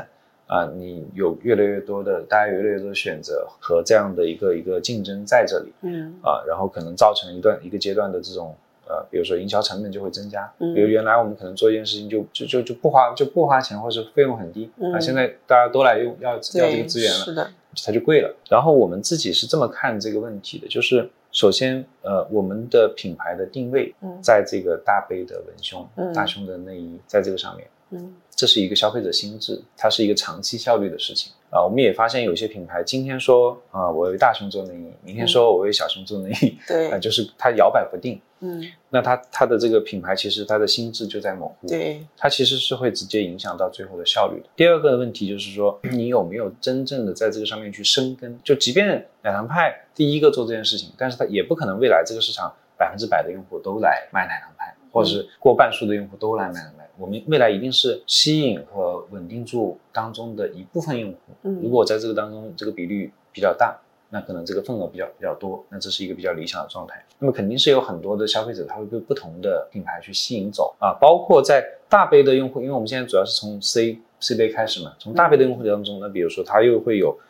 你有越来越多的大家有越来越多的选择和这样的一个竞争在这里，然后可能造成一个阶段的这种比如说营销成本就会增加，比如原来我们可能做一件事情就不花钱或者费用很低，现在大家都来用要这个资源了， 是的， 它就贵了。然后我们自己是这么看这个问题的，就是首先我们的品牌的定位在这个大杯的文胸，大胸的内衣，在这个上面，这是一个消费者心智，它是一个长期效率的事情我们也发现有些品牌今天说我为大胸做内衣，明天说我为小胸做内衣， 对， 就是它摇摆不定，那它的这个品牌其实它的心智就在模糊， 对， 它其实是会直接影响到最后的效率的。第二个问题就是说，你有没有真正的在这个上面去生根？就即便奶糖派第一个做这件事情，但是它也不可能未来这个市场100%的用户都来买奶糖派，或者是过半数的用户都来买奶糖派。我们未来一定是吸引和稳定住当中的一部分用户，如果在这个当中这个比率比较大，那可能这个份额比较多，那这是一个比较理想的状态。那么肯定是有很多的消费者他会被不同的品牌去吸引走包括在大杯的用户，因为我们现在主要是从 C 杯开始嘛，从大杯的用户当中呢，比如说它又会有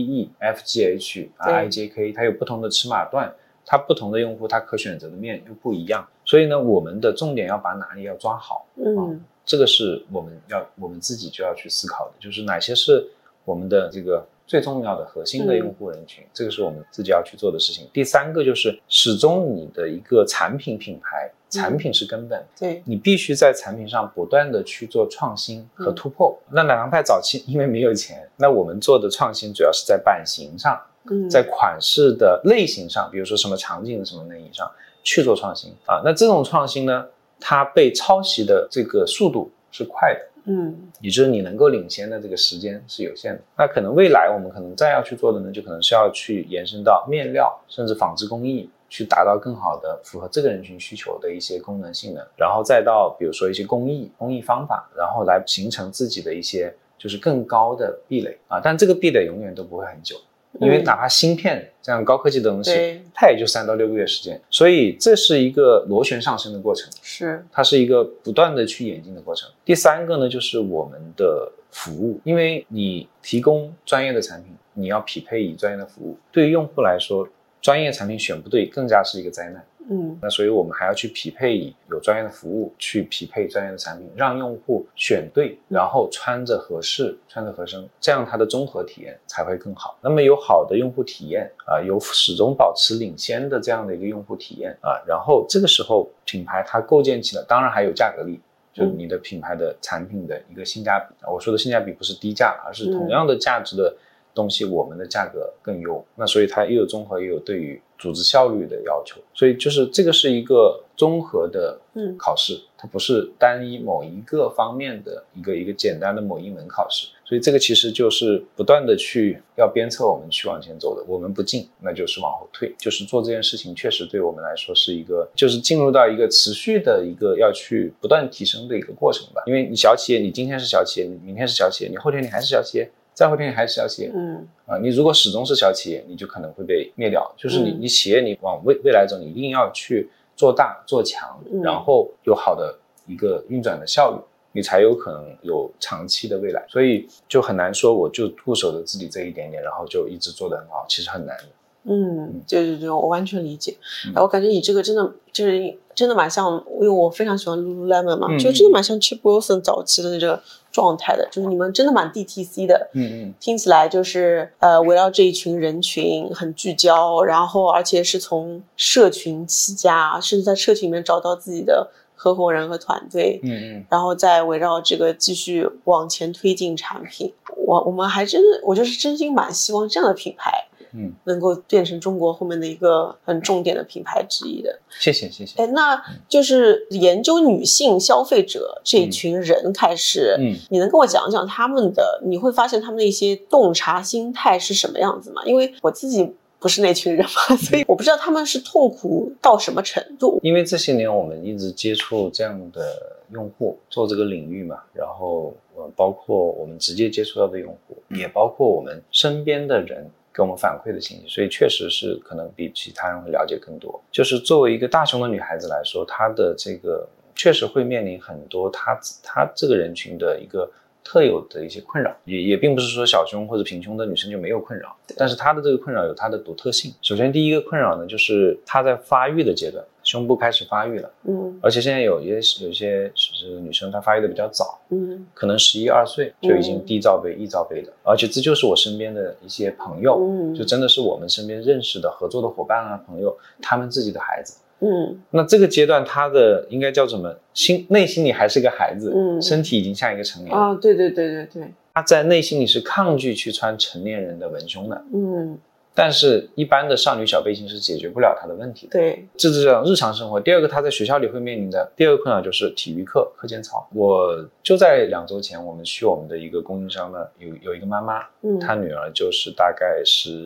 CDE、FGH、IJK， 它有不同的尺码段，它不同的用户它可选择的面又不一样，所以呢我们的重点要把哪里要抓好，这个是我们自己就要去思考的，就是哪些是我们的这个最重要的核心的用户人群，这个是我们自己要去做的事情。第三个就是始终你的一个产品品牌，产品是根本， 对， 你必须在产品上不断的去做创新和突破。那奶糖派早期因为没有钱，那我们做的创新主要是在版型上，在款式的类型上，比如说什么场景的什么内衣上去做创新那这种创新呢，它被抄袭的这个速度是快的，也就是你能够领先的这个时间是有限的。那可能未来我们可能再要去做的呢，就可能是要去延伸到面料甚至纺织工艺，去达到更好的符合这个人群需求的一些功能性能，然后再到比如说一些工艺方法，然后来形成自己的一些就是更高的壁垒但这个壁垒永远都不会很久，因为哪怕芯片这样高科技的东西，它也就3到6个月时间，所以这是一个螺旋上升的过程，它是一个不断的去演进的过程。第三个呢，就是我们的服务，因为你提供专业的产品，你要匹配以专业的服务，对于用户来说，专业产品选不对更加是一个灾难。那所以我们还要去匹配以有专业的服务去匹配专业的产品，让用户选对，然后穿着合适穿着合身，这样它的综合体验才会更好。那么有好的用户体验有始终保持领先的这样的一个用户体验然后这个时候品牌它构建起了，当然还有价格力，就你的品牌的产品的一个性价比我说的性价比不是低价，而是同样的价值的东西我们的价格更优，那所以它又有综合，又有对于组织效率的要求，所以就是这个是一个综合的考试，它不是单一某一个方面的一个简单的某一门考试，所以这个其实就是不断的去要鞭策我们去往前走的，我们不进那就是往后退，就是做这件事情确实对我们来说是一个就是进入到一个持续的一个要去不断提升的一个过程吧。因为你小企业，你今天是小企业，你明天是小企业，你后天你还是小企业，再后天你还是小企业你如果始终是小企业，你就可能会被灭掉，就是你企业你往未来走，你一定要去做大做强然后有好的一个运转的效率，你才有可能有长期的未来，所以就很难说我就固守着自己这一点点然后就一直做得很好，其实很难的。 对，我完全理解。我感觉你这个真的蛮像，因为我非常喜欢 Lululemon 嘛，就真的蛮像 Chip Wilson 早期的那个状态的，就是你们真的蛮 DTC 的，听起来就是围绕这一群人群很聚焦，然后而且是从社群起家，甚至在社群里面找到自己的合伙人和团队，然后再围绕这个继续往前推进产品。我们还真的，我就是真心蛮希望这样的品牌能够变成中国后面的一个很重点的品牌之一的。 谢谢。 那就是研究女性消费者这一群人开始你能跟我讲讲他们的，你会发现他们的一些洞察心态是什么样子吗？因为我自己不是那群人嘛，所以我不知道他们是痛苦到什么程度。 因为这些年我们一直接触这样的用户，做这个领域嘛，然后包括我们直接接触到的用户，也包括我们身边的人给我们反馈的信息，所以确实是可能比其他人会了解更多。就是作为一个大胸的女孩子来说，她的这个确实会面临很多她这个人群的一个特有的一些困扰，也并不是说小胸或者平胸的女生就没有困扰，但是她的这个困扰有她的独特性。首先第一个困扰呢，就是她在发育的阶段，胸部开始发育了，而且现在有一些女生她发育的比较早，可能11、12岁就已经低罩杯、易罩杯的，而且这就是我身边的一些朋友，就真的是我们身边认识的合作的伙伴啊朋友，他们自己的孩子。那这个阶段他的应该叫什么？内心里还是个孩子，身体已经像一个成年人啊， 对， 他在内心里是抗拒去穿成年人的文胸的，但是一般的少女小背心是解决不了他的问题的。 对， 这是这样日常生活。第二个，他在学校里会面临的第二个困扰就是体育课间操。我就在2周前，我们去我们的一个供应商呢，有一个妈妈，她女儿就是大概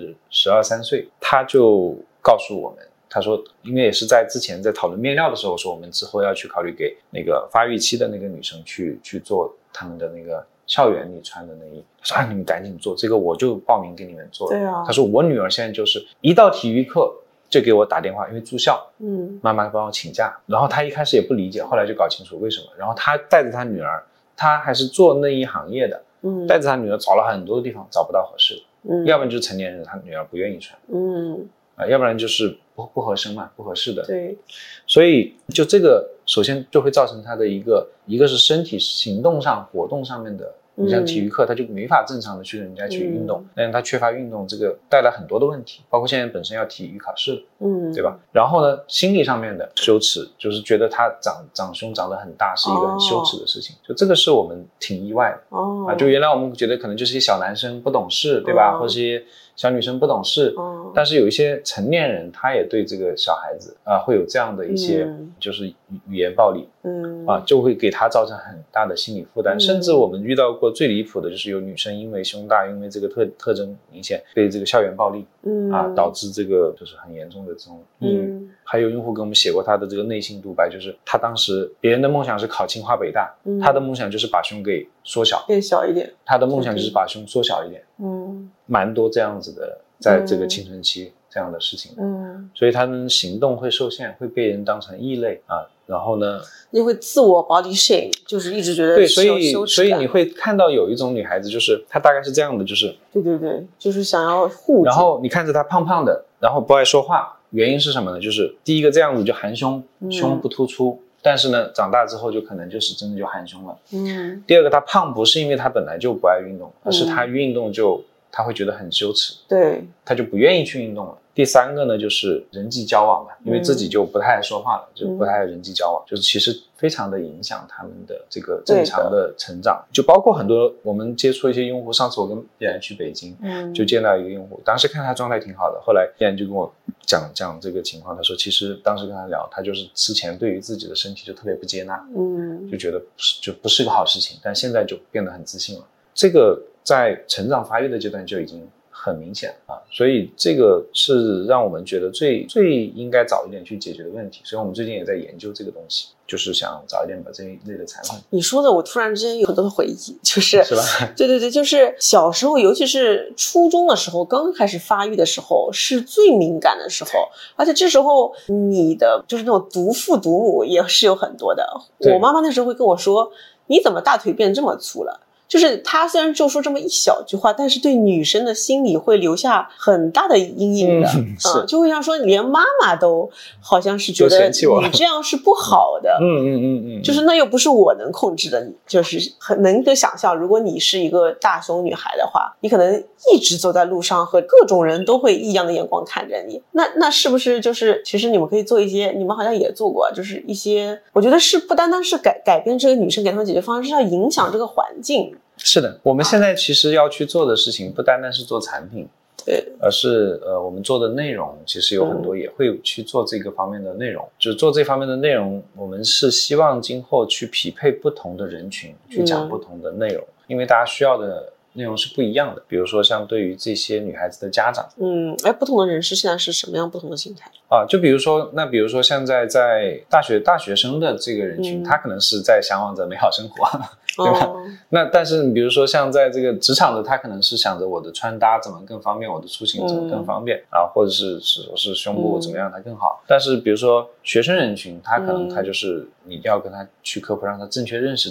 12、13岁，她就告诉我们。他说因为也是在之前在讨论面料的时候说我们之后要去考虑给那个发育期的那个女生去做他们的那个校园里穿的内衣，他说你们赶紧做这个，我就报名给你们做了。 对啊， 他说我女儿现在就是一到体育课就给我打电话，因为住校，妈妈帮我请假，然后他一开始也不理解，后来就搞清楚为什么，然后他带着他女儿，他还是做内衣行业的，带着他女儿找了很多的地方找不到合适的，要不然就是成年人他女儿不愿意穿，要不然就是不合身嘛，不合适的。 对， 所以就这个首先就会造成他的一个是身体行动上活动上面的，你像体育课他就没法正常的去人家去运动，但是他缺乏运动，这个带来很多的问题，包括现在本身要体育考试，对吧？然后呢，心理上面的羞耻，就是觉得他长胸长得很大是一个很羞耻的事情，就这个是我们挺意外的就原来我们觉得可能就是一些小男生不懂事，对吧？或是一些小女生不懂事，但是有一些成年人他也对这个小孩子会有这样的一些就是语言暴力，就会给他造成很大的心理负担，甚至我们遇到过最离谱的就是有女生因为胸大，因为这个特征明显被这个校园暴力导致这个就是很严重的这种抑郁。还有用户跟我们写过他的这个内心独白，就是他当时别人的梦想是考清华北大，他的梦想就是把胸给缩小变小一点， 他的梦想就是把胸缩小一点，蛮多这样子的在这个青春期这样的事情，所以他们行动会受限，会被人当成异类然后呢也会自我 body shame， 就是一直觉得对，所以你会看到有一种女孩子就是她大概是这样的，就是对，就是想要护住， 然后你看着她胖胖的，然后不爱说话，原因是什么呢？就是第一个这样子就含胸，胸不突出，但是呢长大之后就可能就是真的就含胸了。第二个她胖不是因为她本来就不爱运动，而是她运动她会觉得很羞耻， 对， 她就不愿意去运动了。第三个呢就是人际交往吧，因为自己就不太爱说话了，就不太爱人际交往，就是其实非常的影响他们的这个正常的成长，就包括很多我们接触一些用户，上次我跟叶然去北京，就见到一个用户，当时看他状态挺好的，后来叶然就跟我讲这个情况，他说其实当时跟他聊，他就是之前对于自己的身体就特别不接纳，就觉得就不是个好事情，但现在就变得很自信了，这个在成长发育的阶段就已经很明显所以这个是让我们觉得最应该早一点去解决的问题，所以我们最近也在研究这个东西，就是想早一点把这一类的产品。 你说的我突然之间有很多的回忆，是吧？对，就是小时候，尤其是初中的时候，刚开始发育的时候是最敏感的时候，而且这时候你的就是那种独父独母也是有很多的。我妈妈那时候会跟我说，你怎么大腿变这么粗了？就是他虽然就说这么一小句话，但是对女生的心理会留下很大的阴影的，就会像说连妈妈都好像是觉得你这样是不好的，就是那又不是我能控制的，你就是很能够想象，如果你是一个大胸女孩的话，你可能一直走在路上和各种人都会异样的眼光看着你，那是不是就是其实你们可以做一些，你们好像也做过，就是一些我觉得是不单单是改变这个女生给她们解决方案，是要影响这个环境。 是的，我们现在其实要去做的事情不单单是做产品， 对， 而是我们做的内容其实有很多也会去做这个方面的内容，就是做这方面的内容，我们是希望今后去匹配不同的人群，去讲不同的内容，因为大家需要的内容是不一样的，比如说像对于这些女孩子的家长， 不同的人士现在是什么样不同的心态就比如说像在大学生的这个人群，他可能是在向往着美好生活对吧？那但是比如说像在这个职场的，他可能是想着我的穿搭怎么更方便，我的出行怎么更方便或者是胸部怎么样它更好。但是比如说学生人群，他可能他就是你要跟他去科普，让他正确认识自己，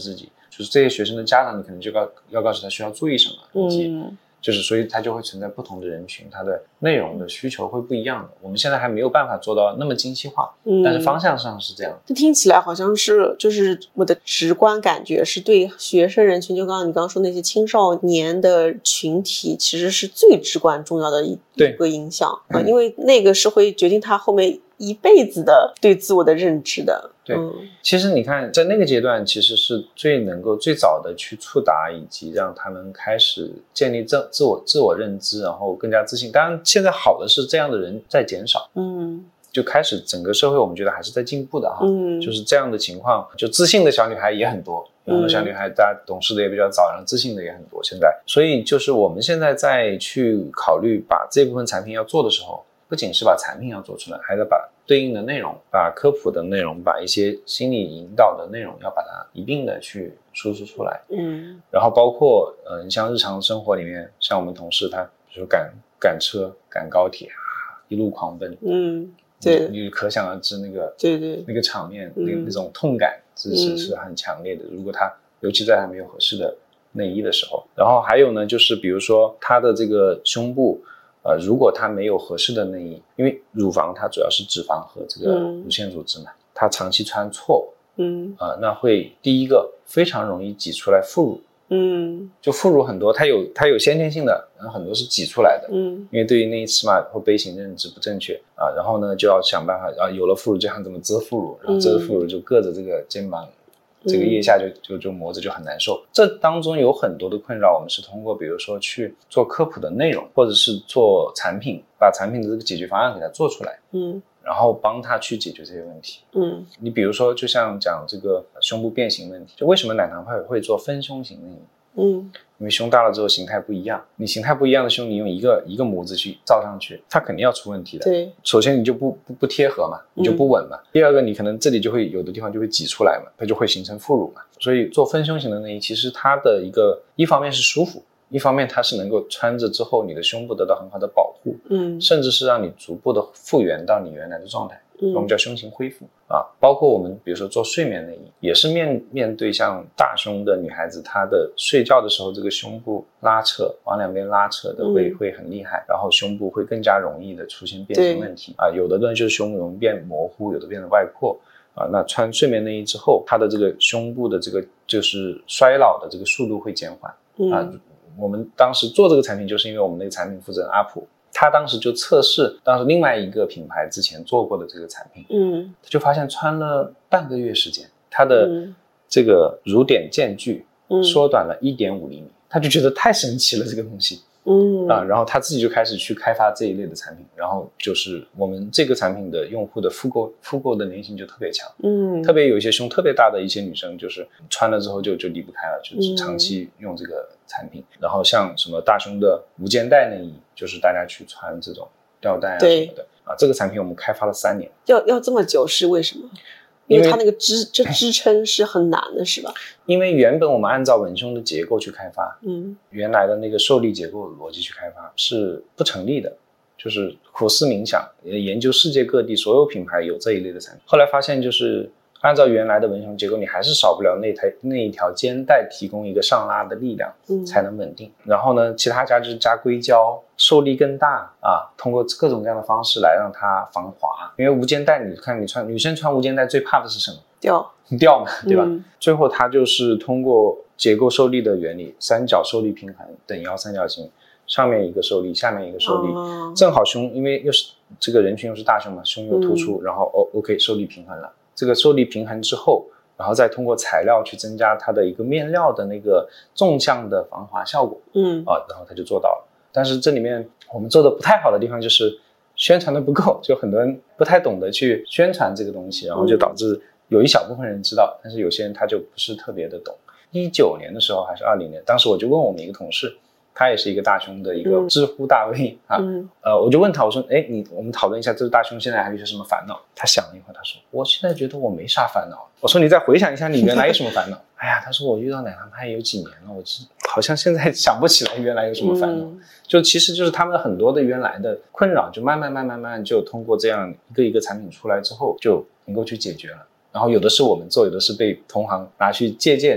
就是这些学生的家长你可能就要告诉他需要注意什么，以及就是所以它就会存在不同的人群，它的内容的需求会不一样的。我们现在还没有办法做到那么精细化，但是方向上是这样。 这听起来好像是，就是我的直观感觉是对学生人群，就刚刚你刚说那些青少年的群体，其实是最直观重要的一个影响因为那个是会决定他后面一辈子的对自我的认知的。 对，其实你看在那个阶段其实是能够最早的去触达以及让他们开始建立自我认知，然后更加自信。当然现在好的是这样的人在减少，就开始整个社会我们觉得还是在进步的哈，就是这样的情况，就自信的小女孩也很多，有很多小女孩大家懂事的也比较早，然后自信的也很多现在。所以就是我们现在在去考虑把这部分产品要做的时候，不仅是把产品要做出来，还得把对应的内容，把科普的内容，把一些心理引导的内容要把它一并的去输出出来。然后包括你像日常生活里面，像我们同事他比如说赶车赶高铁一路狂奔，对，你可想而知那个那个场面，那种痛感是很强烈的。如果他尤其在还没有合适的内衣的时候，然后还有呢就是比如说他的这个胸部如果它没有合适的内衣，因为乳房它主要是脂肪和这个乳腺组织嘛，它长期穿错，那会第一个非常容易挤出来副乳，就副乳很多，它有先天性的，然后很多是挤出来的，因为对于内衣尺码或杯型认知不正确然后呢就要想办法有了副乳就想怎么遮副乳，然后遮副乳就硌着这个肩膀。这个腋下就磨着就很难受，这当中有很多的困扰，我们是通过比如说去做科普的内容，或者是做产品，把产品的这个解决方案给它做出来，然后帮他去解决这些问题。你比如说就像讲这个胸部变形问题，就为什么奶糖派会做分胸型内衣？因为胸大了之后形态不一样，你形态不一样的胸，你用一个模子去罩上去，它肯定要出问题的。对，首先你就不贴合嘛，你就不稳嘛。第二个，你可能这里就会有的地方就会挤出来嘛，它就会形成副乳嘛。所以做分胸型的内衣，其实它的一方面是舒服，一方面它是能够穿着之后你的胸部得到很好的保护，甚至是让你逐步的复原到你原来的状态。我们叫胸型恢复包括我们比如说做睡眠内衣，也是面对像大胸的女孩子，她的睡觉的时候这个胸部拉扯往两边拉扯的会很厉害，然后胸部会更加容易的出现变形问题有的人就是胸容易变模糊，有的变得外扩那穿睡眠内衣之后，它的这个胸部的这个就是衰老的这个速度会减缓我们当时做这个产品就是因为我们那个产品负责人阿普，他当时就测试当时另外一个品牌之前做过的这个产品他就发现穿了半个月时间，他的这个乳点间距缩短了 1.5 厘米他就觉得太神奇了这个东西然后他自己就开始去开发这一类的产品，然后就是我们这个产品的用户的复购的粘性就特别强特别有一些胸特别大的一些女生，就是穿了之后就离不开了，就是长期用这个产品然后像什么大胸的无肩带内衣，就是大家去穿这种吊带什么的这个产品我们开发了3年。 要这么久是为什么？因为它那个支撑是很难的是吧？ 因为原本我们按照文胸的结构去开发原来的那个受力结构逻辑去开发是不成立的，就是苦思冥想研究世界各地所有品牌有这一类的产品，后来发现就是按照原来的文胸结构你还是少不了那一条肩带提供一个上拉的力量才能稳定然后呢其他家就是加硅胶受力更大通过各种各样的方式来让它防滑，因为无肩带你看女生穿无肩带最怕的是什么？掉嘛对吧最后它就是通过结构受力的原理，三角受力平衡等腰三角形，上面一个受力下面一个受力正好胸，因为又是这个人群又是大胸嘛，胸又突出然后OK 受力平衡了，这个受力平衡之后然后再通过材料去增加它的一个面料的那个纵向的防滑效果然后它就做到了。但是这里面我们做的不太好的地方就是宣传的不够，就很多人不太懂得去宣传这个东西，然后就导致有一小部分人知道，但是有些人他就不是特别的懂。19年的时候还是20年，当时我就问我们一个同事，他也是一个大胸的一个知乎大 V我就问他，我说我们讨论一下这个大胸现在还有些什么烦恼。他想了一会儿，他说我现在觉得我没啥烦恼。我说你再回想一下你原来有什么烦恼哎呀，他说我遇到奶糖派有几年了，我好像现在想不起来原来有什么烦恼就其实就是他们很多的原来的困扰就慢慢就通过这样一个产品出来之后就能够去解决了，然后有的是我们做，有的是被同行拿去借鉴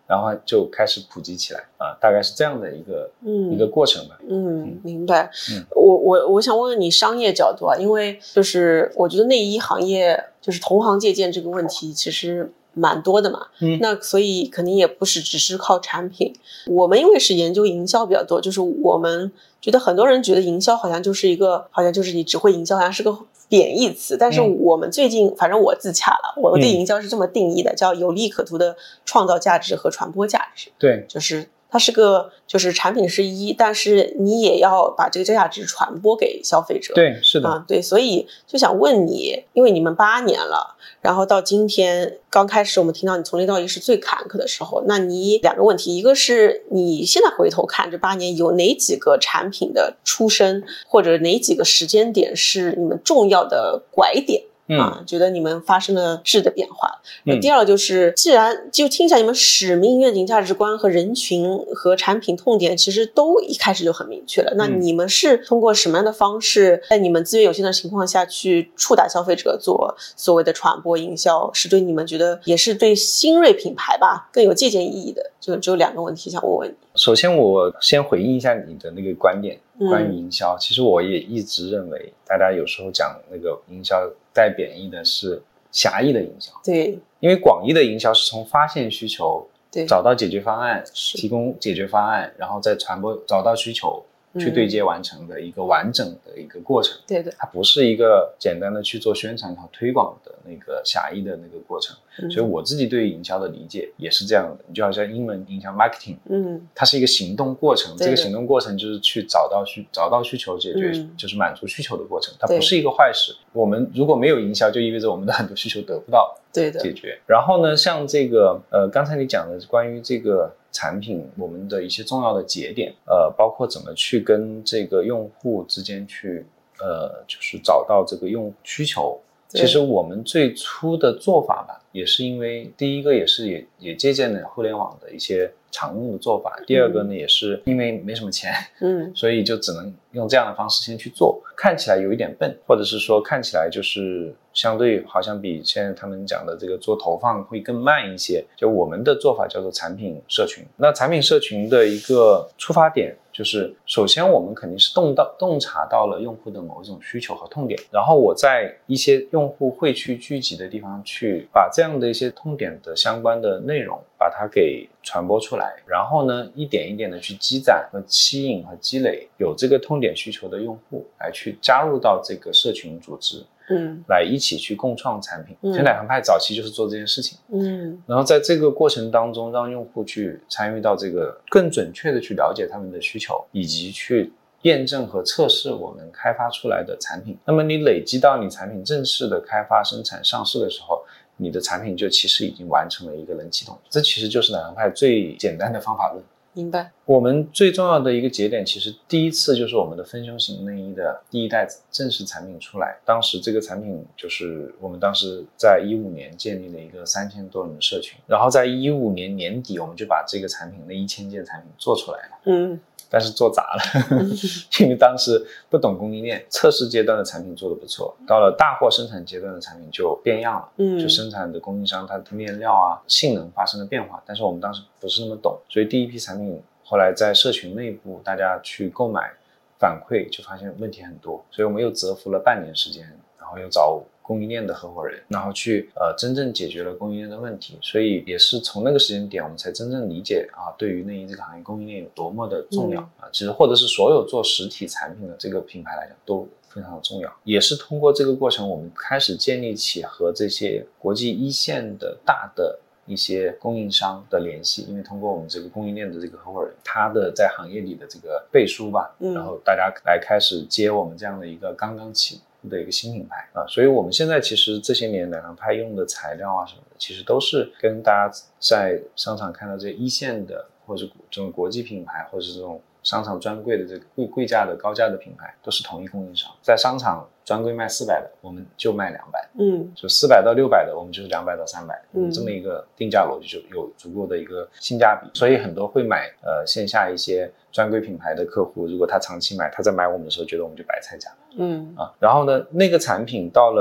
然后就开始普及起来大概是这样的一个过程吧。 明白。我想问问你商业角度啊，因为就是我觉得内衣行业就是同行借鉴这个问题其实蛮多的嘛，那所以肯定也不是只是靠产品。我们因为是研究营销比较多，就是我们觉得很多人觉得营销好像就是你只会营销，好像是个贬义词。但是我们最近反正我自洽了，我对营销是这么定义的，叫有利可图的创造价值和传播价值。 对， 就是它是个，就是产品是一，但是你也要把这个价值传播给消费者。 对，是的对，所以就想问你，因为你们8年了，然后到今天刚开始我们听到你从零到一是最坎坷的时候，那你2个问题，一个是你现在回头看这8年有哪几个产品的出生，或者哪几个时间点是你们重要的拐点觉得你们发生了质的变化。第二个就是，既然就听起来你们使命、愿景、价值观和人群和产品痛点其实都一开始就很明确了，那你们是通过什么样的方式在你们资源有限的情况下去触达消费者，做所谓的传播营销，是对你们觉得也是对新锐品牌吧更有借鉴意义的？就只有2个问题想问问你。 首先我先回应一下你的那个观点，关于营销，其实我也一直认为大家有时候讲那个营销带贬义的是狭义的营销。 对， 因为广义的营销是从发现需求， 对， 找到解决方案，提供解决方案，然后再传播，找到需求去对接完成的一个完整的一个过程。 对的， 它不是一个简单的去做宣传和推广的那个狭义的那个过程。所以我自己对于营销的理解也是这样的，你就好像英文营销 marketing，它是一个行动过程，这个行动过程就是去找到需求，解决就是满足需求的过程，它不是一个坏事。我们如果没有营销，就意味着我们的很多需求得不到解决。然后呢，像这个刚才你讲的关于这个产品我们的一些重要的节点，包括怎么去跟这个用户之间去就是找到这个用户需求。其实我们最初的做法吧，也是因为第一个也借鉴了互联网的一些常用的做法，第二个呢也是因为没什么钱，所以就只能用这样的方式先去做，看起来有一点笨，或者是说看起来就是相对好像比现在他们讲的这个做投放会更慢一些。就我们的做法叫做产品社群。那产品社群的一个出发点就是首先我们肯定是洞察到了用户的某一种需求和痛点，然后我在一些用户会去聚集的地方去把这样的一些痛点的相关的内容把它给传播出来，然后呢一点一点的去积攒和吸引和积累有这个痛点需求的用户来去加入到这个社群组织，来一起去共创产品。其实奶糖派早期就是做这件事情，然后在这个过程当中让用户去参与到这个更准确的去了解他们的需求，以及去验证和测试我们开发出来的产品。那么你累积到你产品正式的开发生产上市的时候，你的产品就其实已经完成了一个人启动。这其实就是奶糖派最简单的方法论。 明白。 我们最重要的一个节点，其实第一次就是我们的分胸型内衣的第一代正式产品出来。当时这个产品就是我们当时在15年建立了一个3000多人的社群，然后在15年年底我们就把这个产品那1000件产品做出来了。但是做砸了因为当时不懂供应链，测试阶段的产品做得不错，到了大货生产阶段的产品就变样了。就生产的供应商它的面料啊性能发生了变化，但是我们当时不是那么懂，所以第一批产品后来在社群内部大家去购买反馈就发现问题很多，所以我们又蛰伏了半年时间，然后又找供应链的合伙人，然后去真正解决了供应链的问题。所以也是从那个时间点我们才真正理解对于内衣这个行业供应链有多么的重要其实或者是所有做实体产品的这个品牌来讲都非常的重要。也是通过这个过程我们开始建立起和这些国际一线的大的一些供应商的联系，因为通过我们这个供应链的这个合伙人他的在行业里的这个背书吧，然后大家来开始接我们这样的一个刚刚起的一个新品牌所以我们现在其实这些年奶糖派用的材料啊什么的，其实都是跟大家在商场看到这些一线的或者这种国际品牌，或者是这种商场专柜的这个贵价的高价的品牌都是同一供应商。在商场专柜卖400的我们就卖200，就400到600的我们就是200到300，这么一个定价逻辑就有足够的一个性价比。所以很多会买线下一些专柜品牌的客户，如果他长期买，他在买我们的时候觉得我们就白菜价然后呢那个产品到了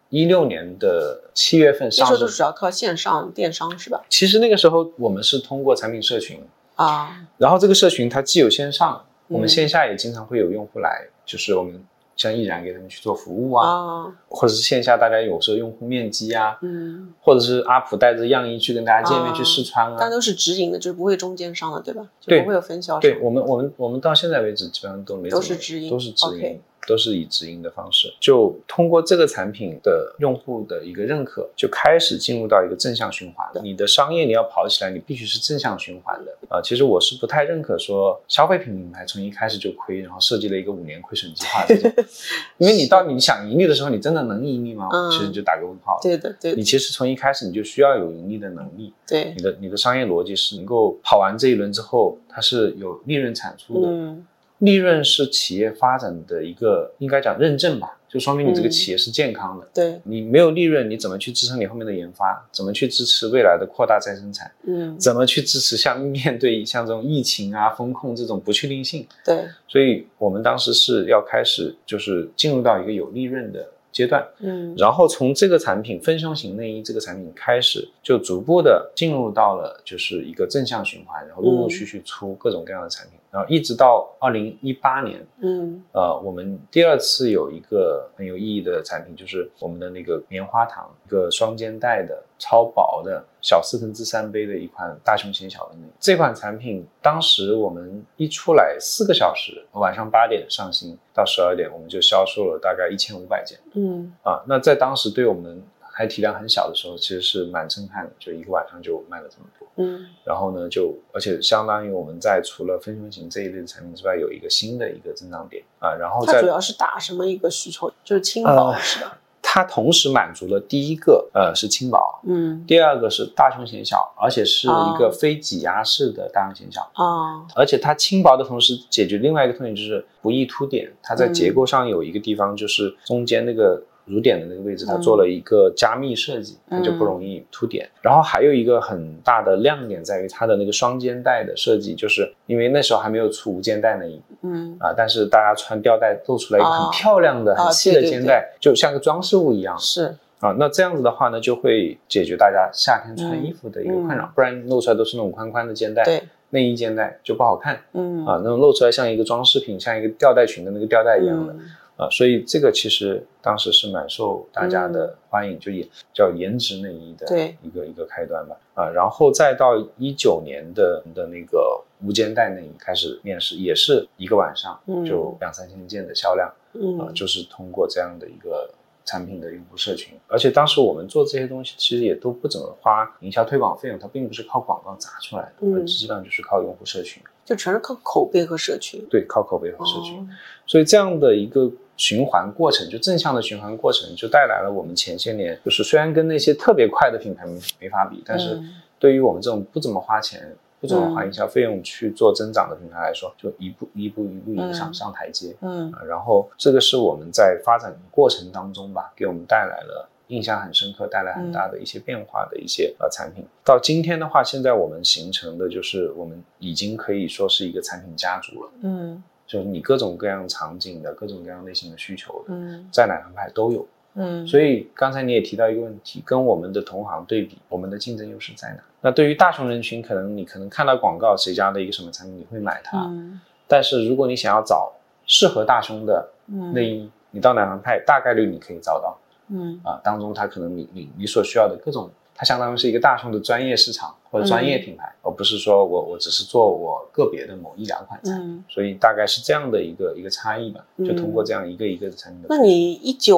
2016年的7月份上市， 那时候都主要靠线上电商是吧？ 其实那个时候我们是通过产品社群啊， 然后这个社群它既有线上，我们线下也经常会有用户来，就是我们像毅然给他们去做服务啊，或者是线下大家有时候用户面基啊，或者是阿普带着样衣去跟大家见面去试穿啊， 但都是直营的，就是不会中间商的，对吧？就不会有分销商。 对，我们到现在为止基本上都没都是直营， 都是以直营的方式，就通过这个产品的用户的一个认可，就开始进入到一个正向循环。你的商业你要跑起来，你必须是正向循环的。其实我是不太认可说消费品牌从一开始就亏，然后设计了一个5年亏损计划这种，因为你到你想盈利的时候，你真的能盈利吗？其实就打个问号。 对的，对的。 你其实从一开始你就需要有盈利的能力。 对， 你的商业逻辑是能够跑完这一轮之后，它是有利润产出的。利润是企业发展的一个应该讲认证吧，就说明你这个企业是健康的。 对， 你没有利润，你怎么去支撑你后面的研发？怎么去支持未来的扩大再生产？怎么去支持像面对像这种疫情啊、风控这种不确定性？ 对， 所以我们当时是要开始就是进入到一个有利润的阶段，然后从这个产品分胸型内衣这个产品开始，就逐步的进入到了就是一个正向循环，然后陆陆续续出各种各样的产品，然后一直到2018年，我们第二次有一个很有意义的产品，就是我们的那个棉花糖，一个双肩带的超薄的小3/4杯的一款大胸显小的内衣。这款产品当时我们一出来4个小时，晚上8点上新到12点，我们就销售了大概1500件。那在当时对我们还体量很小的时候，其实是蛮震撼的，就一个晚上就卖了这么多。然后呢，而且相当于我们在除了分胸型这一类的产品之外，有一个新的一个增长点啊。然后它主要是打什么一个需求？就是轻薄是吧？ 它同时满足了第一个是轻薄，第二个是大胸显小，而且是一个非挤压式的大胸显小而且它轻薄的同时解决另外一个特点，就是不易凸点。它在结构上有一个地方，就是中间那个乳点的那个位置，它做了一个加密设计，它就不容易凸点。然后还有一个很大的亮点在于它的那个双肩带的设计，就是因为那时候还没有出无肩带内衣，但是大家穿吊带露出来一个很漂亮的、很细的肩带，就像个装饰物一样。 是那这样子的话呢，就会解决大家夏天穿衣服的一个困扰，不然露出来都是那种宽宽的肩带， 对， 内衣肩带就不好看，那种露出来像一个装饰品，像一个吊带裙的那个吊带一样的。所以这个其实当时是蛮受大家的欢迎，就也叫颜值内衣的一个开端吧。然后再到19年的那个无肩带内衣开始面世，也是一个晚上就2-3千件的销量，就是通过这样的一个产品的用户社群。而且当时我们做这些东西其实也都不怎么花营销推广费用，它并不是靠广告砸出来的，基本上就是靠用户社群， 就全是靠口碑和社群。 对，靠口碑和社群。所以这样的一个循环过程，就正向的循环过程，就带来了我们前些年就是虽然跟那些特别快的品牌没法比，但是对于我们这种不怎么花钱、不怎么花营销费用去做增长的品牌来说，就一步一步上台阶。然后这个是我们在发展过程当中吧，给我们带来了印象很深刻、带来很大的一些变化的一些产品。到今天的话，现在我们形成的就是我们已经可以说是一个产品家族了。就是你各种各样场景的、各种各样类型的需求的，在奶糖派都有。所以刚才你也提到一个问题，跟我们的同行对比，我们的竞争优势在哪？那对于大胸人群，你可能看到广告谁家的一个什么产品，你会买它。但是如果你想要找适合大胸的内衣，你到奶糖派大概率你可以找到。当中它可能你所需要的各种，它相当于是一个大胸的专业市场或者专业品牌，而不是说我只是做我个别的某1-2款产品。所以大概是这样的一个差异吧，就通过这样一个一个的产品的。 那你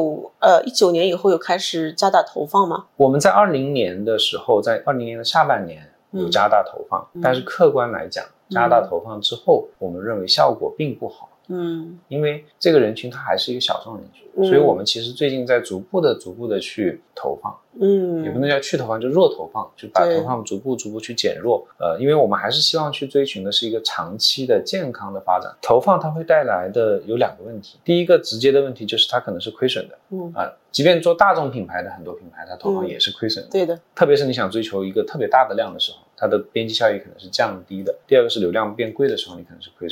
19年以后有开始加大投放吗？ 我们在20年的时候，在20年的下半年有加大投放，但是客观来讲，加大投放之后，我们认为效果并不好。因为这个人群它还是一个小众人群，所以我们其实最近在逐步的去投放，也不能叫去投放，就弱投放，就把投放逐步去减弱。因为我们还是希望去追寻的是一个长期的健康的发展。投放它会带来的有2个问题，第一个直接的问题就是它可能是亏损的，即便做大众品牌的很多品牌，它投放也是亏损的， 对的。 特别是你想追求一个特别大的量的时候，它的边际效益可能是降低的。第二个是流量变贵的时候，你可能是亏损的。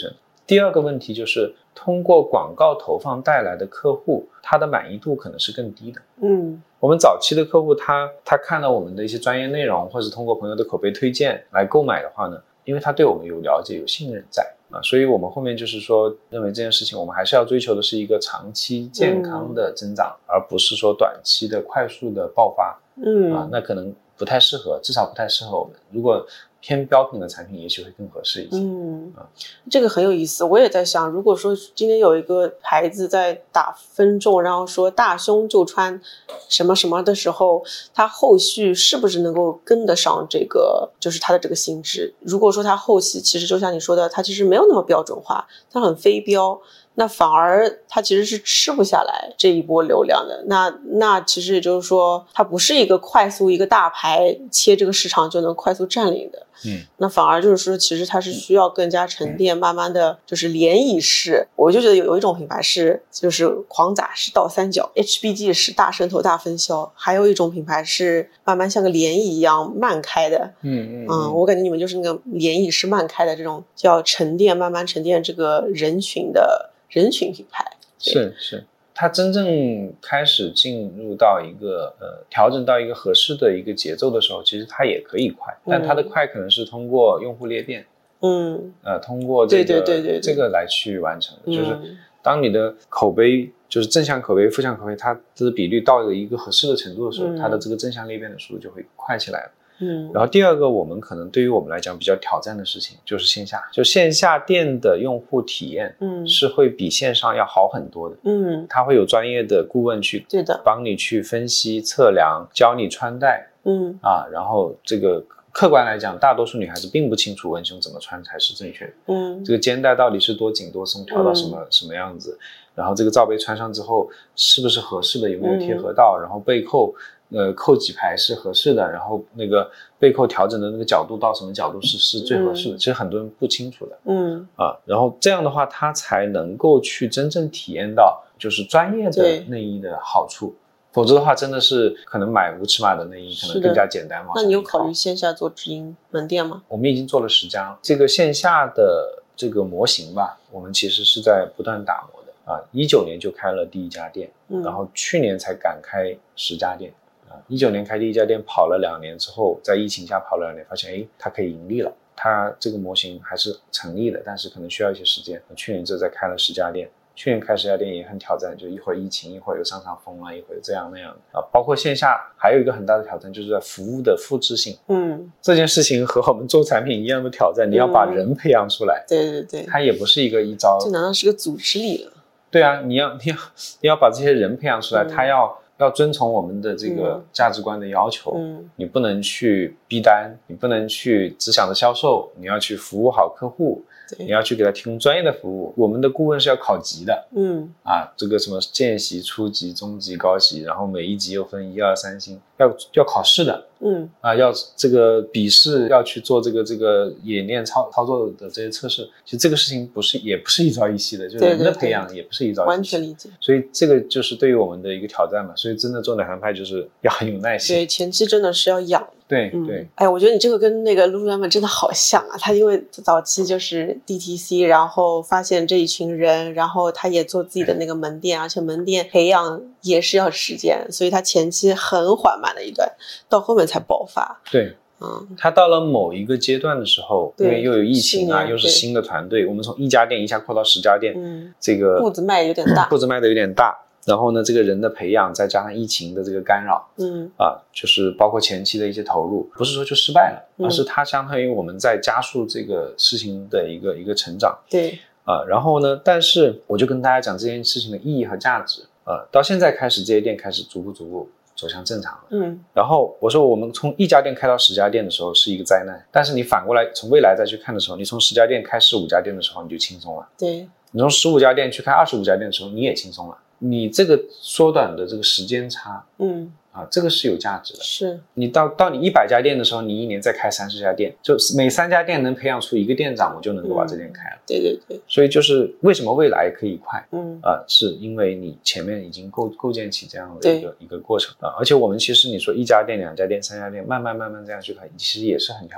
第二个问题就是通过广告投放带来的客户，他的满意度可能是更低的。我们早期的客户他看了我们的一些专业内容，或者通过朋友的口碑推荐来购买的话呢，因为他对我们有了解有信任在所以我们后面就是说认为这件事情我们还是要追求的是一个长期健康的增长，而不是说短期的快速的爆发。那可能不太适合，至少不太适合我们。如果偏标品的产品也许会更合适一些。 这个很有意思。我也在想，如果说今天有一个牌子在打分众，然后说大胸就穿什么什么的时候，它后续是不是能够跟得上这个就是它的这个性质。如果说它后期其实就像你说的，它其实没有那么标准化，它很非标，那反而它其实是吃不下来这一波流量的。那其实也就是说，它不是一个快速一个大牌切这个市场就能快速占领的。那反而就是说，其实它是需要更加沉淀，慢慢的就是涟漪式。我就觉得有一种品牌是就是狂砸式倒三角 ，HBG 是大渗透大分销，还有一种品牌是慢慢像个涟漪一样慢开的。我感觉你们就是那个涟漪式慢开的这种叫沉淀，慢慢沉淀这个人群品牌。 是它真正开始进入到一个调整到一个合适的一个节奏的时候，其实它也可以快，但它的快可能是通过用户裂变，通过这个来去完成的。就是当你的口碑就是正向口碑、负向口碑，它的比率到了一个合适的程度的时候，它的这个正向裂变的速度就会快起来了。然后第二个我们可能对于我们来讲比较挑战的事情就是线下，就线下店的用户体验是会比线上要好很多的。他会有专业的顾问去帮你去分析测量，教你穿戴。然后这个客观来讲，大多数女孩子并不清楚文胸怎么穿才是正确的。这个肩带到底是多紧多松，调到什么样子，然后这个罩杯穿上之后是不是合适的，有没有贴合到，然后背扣扣几排是合适的，然后那个背扣调整的那个角度到什么角度是最合适的，其实很多人不清楚的。然后这样的话他才能够去真正体验到就是专业的内衣的好处，否则的话真的是可能买无尺码的内衣可能更加简单嘛。 那你有考虑线下做直营门店吗？ 我们已经做了10家，这个线下的这个模型吧，我们其实是在不断打磨的19年就开了第1家店，然后去年才敢开10家店。19年开第1家店，跑了2年之后，在疫情下跑了2年，发现它可以盈利了，它这个模型还是成立的，但是可能需要一些时间。去年这再开了10家店，去年开10家店也很挑战，就一会儿疫情，一会儿又商场封了，一会儿这样那样的包括线下还有一个很大的挑战，就是在服务的复制性。这件事情和我们做产品一样的挑战，你要把人培养出来。 对， 它也不是一个一招， 这难道是个组织力了？ 对啊，你要把这些人培养出来，他要遵从我们的这个价值观的要求。你不能去逼单，你不能去只想着销售，你要去服务好客户，你要去给他提供专业的服务。我们的顾问是要考级的。这个什么见习、初级、中级、高级，然后每一级又分1、2、3星，要考试的。要这个笔试，要去做这个演练操作的这些测试。其实这个事情也不是一朝一夕的，就是人的培养也不是一朝一夕。 完全理解。 所以这个就是对于我们的一个挑战嘛。所以真的做奶糖派就是要很有耐心。 对，前期真的是要养。 对。 我觉得你这个跟那个 Lululemon 真的好像啊。他因为早期就是 DTC， 然后发现这一群人，然后他也做自己的那个门店，而且门店培养也是要时间，所以他前期很缓慢的一段，到后面才爆发。 对。他到了某一个阶段的时候，因为又有疫情又是新的团队，我们从1家店一下扩到10家店，这个步子迈得有点大， 然后呢，这个人的培养再加上疫情的这个干扰，就是包括前期的一些投入，不是说就失败了，而是它相当于我们在加速这个事情的一个成长。 对。 然后呢，但是我就跟大家讲这件事情的意义和价值。到现在开始，这些店开始逐步走向正常了。然后我说我们从1家店开到10家店的时候是一个灾难，但是你反过来从未来再去看的时候，你从10家店开15家店的时候你就轻松了。 对。 你从15家店去开25家店的时候你也轻松了。你这个缩短的这个时间差，这个是有价值的。 是。你到你100家店的时候，你1年再开30家店，就每3家店能培养出一个店长，我就能够把这店开了。 对。 所以就是为什么未来可以快，是因为你前面已经构建起这样的一个过程而且我们其实你说1家店、2家店、3家店，慢慢这样去开，其实也是很挑战的。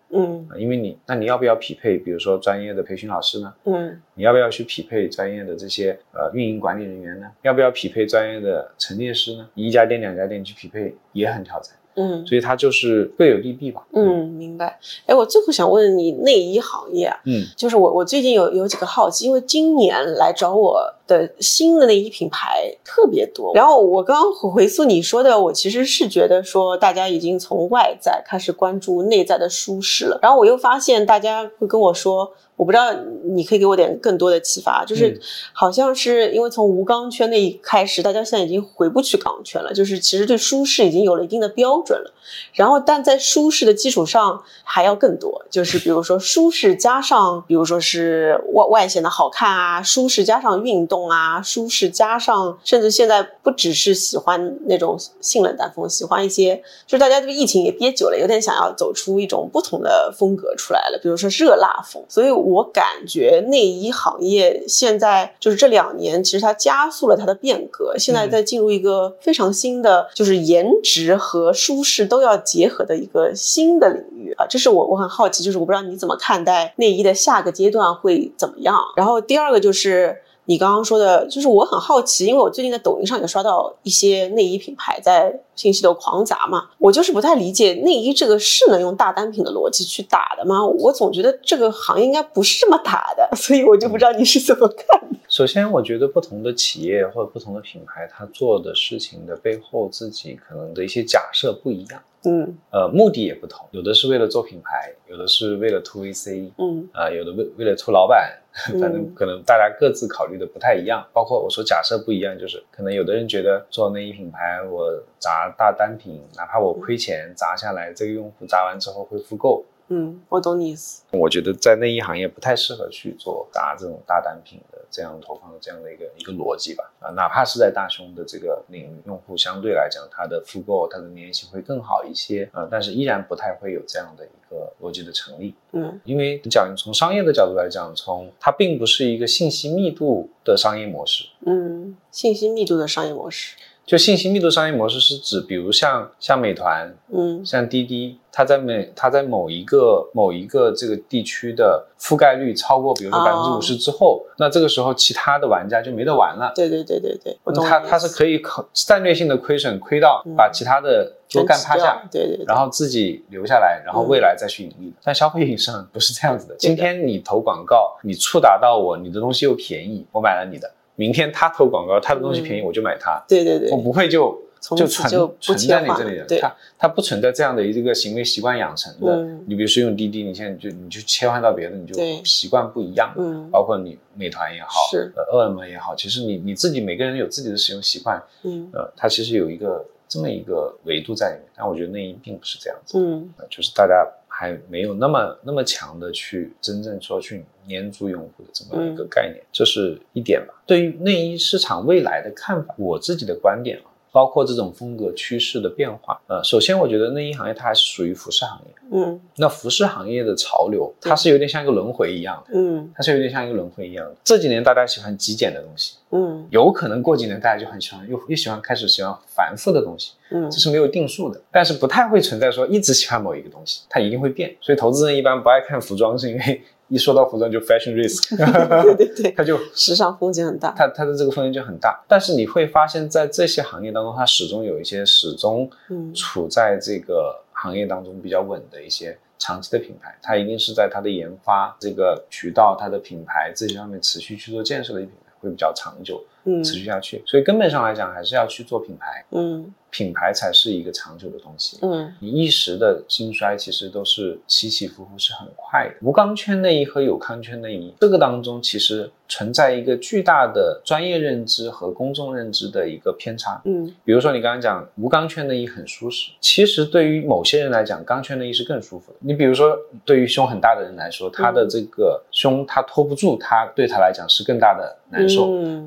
因为你要不要匹配比如说专业的培训老师呢？你要不要去匹配专业的这些运营管理人员呢？要不要匹配专业的陈列师呢？你一家店两家店去匹配也很挑战。所以它就是各有利弊吧。 明白。我最后想问你内衣行业啊，就是我最近有几个好奇，因为今年来找我的新的内衣品牌特别多，然后我刚刚回溯你说的，我其实是觉得说大家已经从外在开始关注内在的舒适了，然后我又发现大家会跟我说，我不知道你可以给我点更多的启发，就是好像是因为从无钢圈那一开始，大家现在已经回不去钢圈了，就是其实对舒适已经有了一定的标准了，然后但在舒适的基础上还要更多，就是比如说舒适加上比如说是外显的好看啊，舒适加上运动啊，舒适加上甚至现在不只是喜欢那种性冷淡风，喜欢一些就是大家对疫情也憋久了，有点想要走出一种不同的风格出来了，比如说热辣风。所以我感觉内衣行业现在就是这2年其实它加速了它的变革，现在在进入一个非常新的就是颜值和舒适都要结合的一个新的领域啊，这是我很好奇，就是我不知道你怎么看待内衣的下个阶段会怎么样。然后第二个就是你刚刚说的，就是我很好奇，因为我最近在抖音上也刷到一些内衣品牌在信息都狂砸嘛，我就是不太理解内衣这个是能用大单品的逻辑去打的吗？我总觉得这个行业应该不是这么打的，所以我就不知道你是怎么看的。 首先我觉得不同的企业或者不同的品牌，它做的事情的背后自己可能的一些假设不一样，目的也不同，有的是为了做品牌，有的是为了图 VC，有的为了图老板，反正可能大家各自考虑的不太一样，包括我说假设不一样，就是可能有的人觉得做内衣品牌我砸大单品，哪怕我亏钱砸下来，这个用户砸完之后会复购。 我懂你意思。 我觉得在内衣行业不太适合去做砸这种大单品的这样投放的这样的一个逻辑吧。哪怕是在大胸的这个领域，用户相对来讲它的复购它的粘性会更好一些，但是依然不太会有这样的一个逻辑的成立。因为讲从商业的角度来讲，它并不是一个信息密度的商业模式。 信息密度的商业模式， 就信息密度商业模式是指，比如像美团，像滴滴，它在某一个这个地区的覆盖率超过，比如说50%之后，那这个时候其他的玩家就没得玩了。 对，我懂。 它是可以战略性的亏损，亏到把其他的都干趴下， 对， 然后自己留下来，然后未来再去盈利。但消费品上不是这样子的。今天你投广告，你触达到我，你的东西又便宜，我买了你的。明天他投广告，他的东西便宜，我就买他。 对， 我不会就存在你这里的，它不存在这样的一个行为习惯养成的。你比如说用滴滴，你现在你就切换到别的，你就习惯不一样。包括你美团也好，饿了么也好，其实你自己每个人有自己的使用习惯。它其实有这么一个维度在里面，但我觉得内衣并不是这样子。就是大家还没有那么强的去真正说去黏住用户的这么一个概念，这是一点吧。对于内衣市场未来的看法，我自己的观点包括这种风格趋势的变化。首先我觉得内衣行业它还是属于服饰行业。那服饰行业的潮流，它是有点像一个轮回一样的。它是有点像一个轮回一样的。这几年大家喜欢极简的东西，有可能过几年大家就很喜欢又开始喜欢繁复的东西。这是没有定数的，但是不太会存在说一直喜欢某一个东西，它一定会变。所以投资人一般不爱看服装，是因为一说到服装就 fashion risk。 对， 它就时尚风险很大， 它的这个风险就很大。但是你会发现在这些行业当中，它始终有一些处在这个行业当中比较稳的一些长期的品牌，它一定是在它的研发这个渠道它的品牌这些上面持续去做建设的品牌会比较长久持续下去。所以根本上来讲还是要去做品牌。品牌才是一个长久的东西。你一时的兴衰其实都是起起伏伏，是很快的。无钢圈内衣和有钢圈内衣这个当中其实存在一个巨大的专业认知和公众认知的一个偏差。比如说你刚刚讲无钢圈内衣很舒适，其实对于某些人来讲钢圈内衣是更舒服的。你比如说对于胸很大的人来说，他的这个胸他托不住，他对他来讲是更大的难受。那钢圈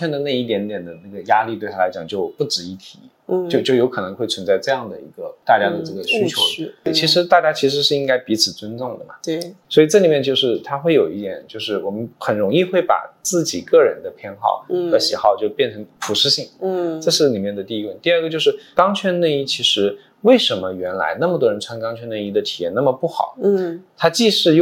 圈的那一点点的那个压力对他来讲就不值一提，就有可能会存在这样的一个大家的这个需求。其实大家其实是应该彼此尊重的嘛。 对， 所以这里面就是它会有一点，就是我们很容易会把自己个人的偏好和喜好就变成普适性。这是里面的第一个。第二个就是钢圈内衣，其实为什么原来那么多人穿钢圈内衣的体验那么不好？它既是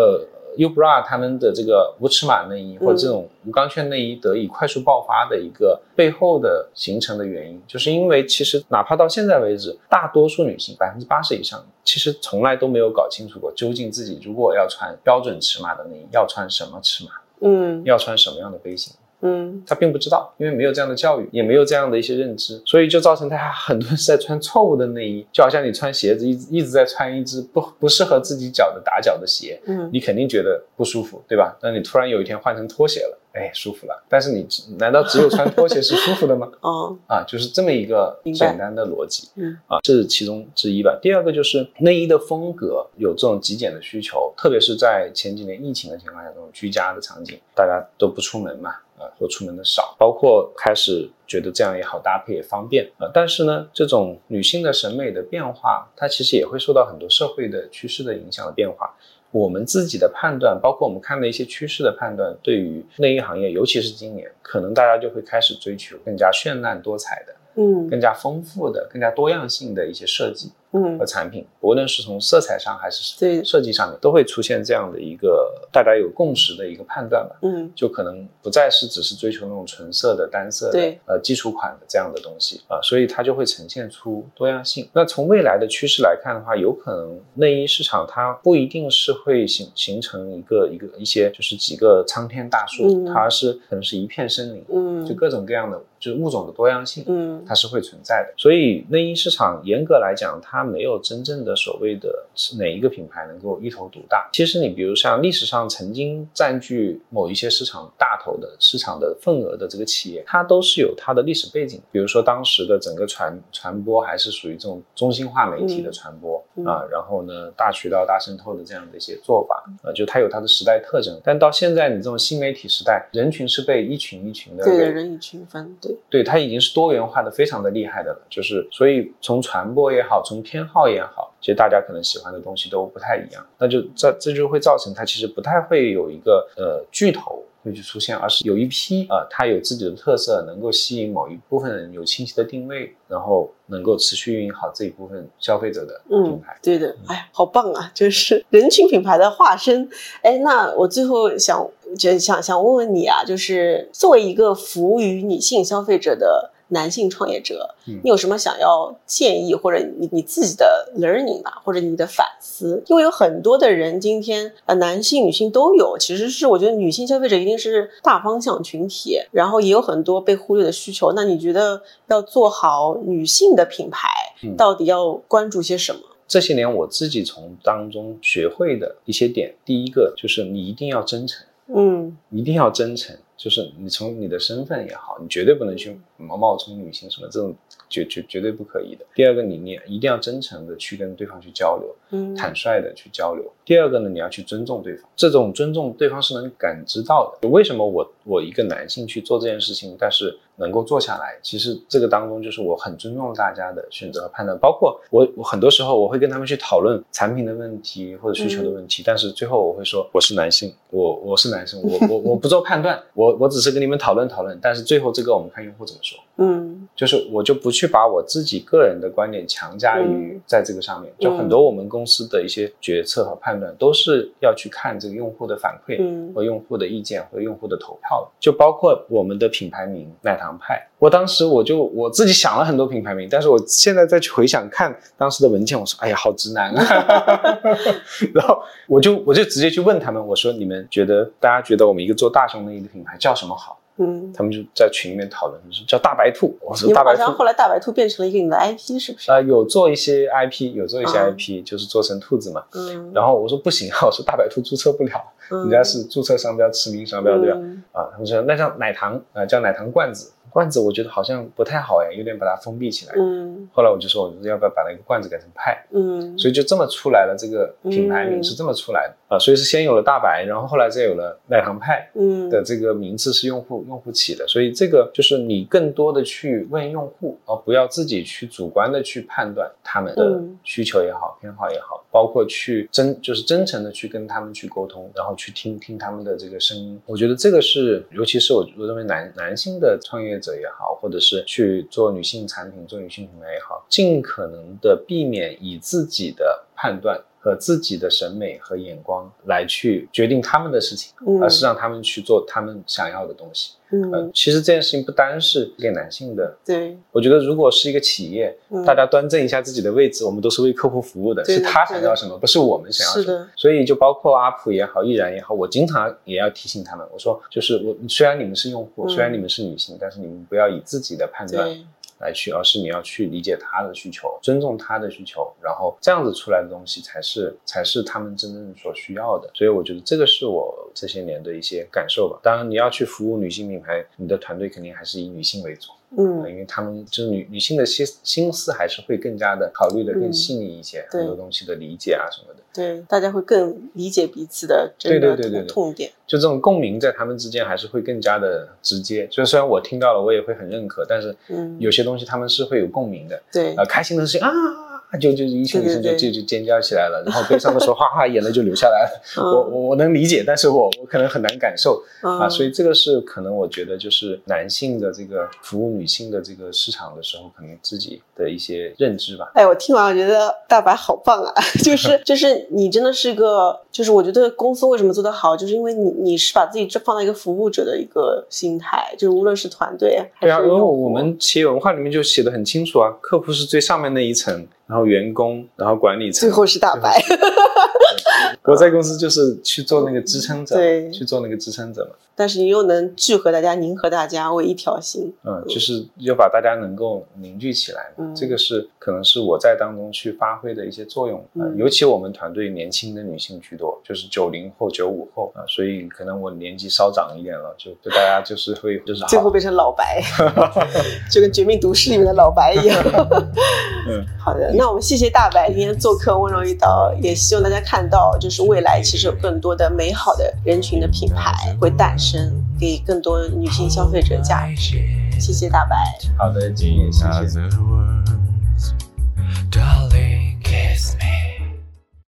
U-Bra 他们的这个无尺码内衣或者这种无钢圈内衣得以快速爆发的一个背后的形成的原因，就是因为其实哪怕到现在为止，大多数女性80%以上其实从来都没有搞清楚过究竟自己如果要穿标准尺码的内衣要穿什么尺码，要穿什么样的杯型。他并不知道，因为没有这样的教育，也没有这样的一些认知，所以就造成大家很多人是在穿错误的内衣，就好像你穿鞋子一直在穿一只不适合自己脚的打脚的鞋，你肯定觉得不舒服，对吧？那你突然有一天换成拖鞋了，舒服了，但是你难道只有穿拖鞋是舒服的吗？就是这么一个简单的逻辑，这是其中之一吧。第二个就是内衣的风格有这种极简的需求，特别是在前几年疫情的情况下，这种居家的场景，大家都不出门嘛，或出门的少，包括开始觉得这样也好搭配也方便，但是呢，这种女性的审美的变化，它其实也会受到很多社会的趋势的影响的变化。我们自己的判断，包括我们看的一些趋势的判断，对于内衣行业，尤其是今年，可能大家就会开始追求更加绚烂多彩的，更加丰富的、更加多样性的一些设计和产品，无论是从色彩上还是设计上面，都会出现这样的一个大家有共识的一个判断吧。就可能不再是只是追求那种纯色的单色的基础款的这样的东西所以它就会呈现出多样性。那从未来的趋势来看的话，有可能内衣市场它不一定是会形成一些就是几个苍天大树，它是可能是一片森林，就各种各样的就是物种的多样性，它是会存在的。所以内衣市场严格来讲，它没有真正的所谓的哪一个品牌能够一头独大。其实你比如像历史上曾经占据某一些市场大头的市场的份额的这个企业，它都是有它的历史背景。比如说当时的整个传播还是属于这种中心化媒体的传播然后呢大渠道大渗透的这样的一些做法就它有它的时代特征。但到现在你这种新媒体时代，人群是被一群一群的人以群分， 对，它已经是多元化的非常的厉害的了。就是所以从传播也好，从偏好也好，其实大家可能喜欢的东西都不太一样，那就这就会造成它其实不太会有一个巨头会去出现，而是有一批它有自己的特色，能够吸引某一部分人有清晰的定位，然后能够持续运营好这一部分消费者的品牌。 对的，好棒啊，就是人群品牌的化身。那我最后想问问你啊，就是作为一个服务于女性消费者的男性创业者，你有什么想要建议，或者你自己的 learning 吧，或者你的反思？因为有很多的人今天男性女性都有，其实是我觉得女性消费者一定是大方向群体，然后也有很多被忽略的需求。那你觉得要做好女性的品牌，到底要关注些什么？ 这些年我自己从当中学会的一些点，第一个就是你一定要真诚，一定要真诚，就是你从你的身份也好，你绝对不能去冒充女性什么，这种绝对不可以的。第二个，你一定要真诚的去跟对方去交流，坦率的去交流。第二个呢，你要去尊重对方，这种尊重对方是能感知到的。为什么我一个男性去做这件事情，但是能够做下来，其实这个当中就是我很尊重大家的选择和判断，包括我很多时候我会跟他们去讨论产品的问题或者需求的问题，但是最后我会说我是男性，我是男生，我不做判断，我只是跟你们讨论，但是最后这个我们看用户怎么说。就是我就不去把我自己个人的观点强加于在这个上面，就很多我们公司的一些决策和判断都是要去看这个用户的反馈和用户的意见和用户的投票的。就包括我们的品牌名奶糖派，我当时我自己想了很多品牌名，但是我现在再去回想看当时的文件，我说哎呀好直男啊然后我就直接去问他们，我说你们大家觉得我们一个做大胸内衣的品牌叫什么好？他们就在群里面讨论，说叫大白兔。我说大白兔， 你们好像后来大白兔变成了一个你的 IP 是不是？ 有做一些 IP，就是做成兔子嘛。然后我说不行啊，我说大白兔注册不了，人家是注册商标、驰名商标，对吧？他们说那叫奶糖，叫奶糖罐子。 罐子我觉得好像不太好有点把它封闭起来。后来我就说我要不要把那个罐子改成派。所以就这么出来了，这个品牌名是这么出来的。所以是先有了大白，然后后来再有了奶糖派的这个名字是用户起的。所以这个就是你更多的去问用户，而不要自己去主观的去判断他们的需求也好，偏好也好，包括去就是真诚的去跟他们去沟通，然后去听他们的这个声音。我觉得这个是尤其是我认为男性的创业者也好，或者是去做女性产品做女性品牌也好，尽可能的避免以自己的判断和自己的审美和眼光来去决定他们的事情，而是让他们去做他们想要的东西。其实这件事情不单是给男性的， 对， 我觉得如果是一个企业，大家端正一下自己的位置，我们都是为客户服务的，是他想要什么，不是我们想要什么。所以就包括阿普也好，易然也好，我经常也要提醒他们，我说就是虽然你们是用户，虽然你们是女性，但是你们不要以自己的判断来去，而是你要去理解他的需求，尊重他的需求，然后这样子出来的东西才是他们真正所需要的。所以我觉得这个是我这些年的一些感受吧。当然你要去服务女性品牌，你的团队肯定还是以女性为主。因为他们就是女性的心思还是会更加的考虑的更细腻一些，很多东西的理解啊什么的。 对，大家会更理解彼此的真的痛点。 就这种共鸣在他们之间还是会更加的直接。就虽然我听到了我也会很认可，但是有些东西他们是会有共鸣的。 对， 开心的事情啊，就一群女生就尖叫起来了，然后悲伤的时候哗哗眼泪就流下来了。我能理解，但是我可能很难感受所以这个是可能我觉得就是男性的这个服务女性的这个市场的时候可能自己的一些认知吧。 我听完我觉得大白好棒啊，就是你真的是个，就是我觉得公司为什么做得好，就是因为你是把自己放在一个服务者的一个心态，就是无论是团队还是因为我们企业文化里面就写得很清楚啊，客户是最上面那一层，然后员工，然后管理层， 最后是大白。 我在公司就是去做那个支撑者，去做那个支撑者嘛。 但是你又能聚合大家，凝合大家为一条心。 就是要把大家能够凝聚起来这个是可能是我在当中去发挥的一些作用。尤其我们团队年轻的女性居多，就是90后、95后所以可能我年纪稍长一点了，就大家就是会就是最后变成老白，就跟《绝命毒师》里面的老白一样。好的，那我们谢谢大白今天做客温柔一刀，也希望大家看到，就是未来其实有更多的美好的人群的品牌会诞生，给更多女性消费者价值。谢谢大白。 好的，谢谢。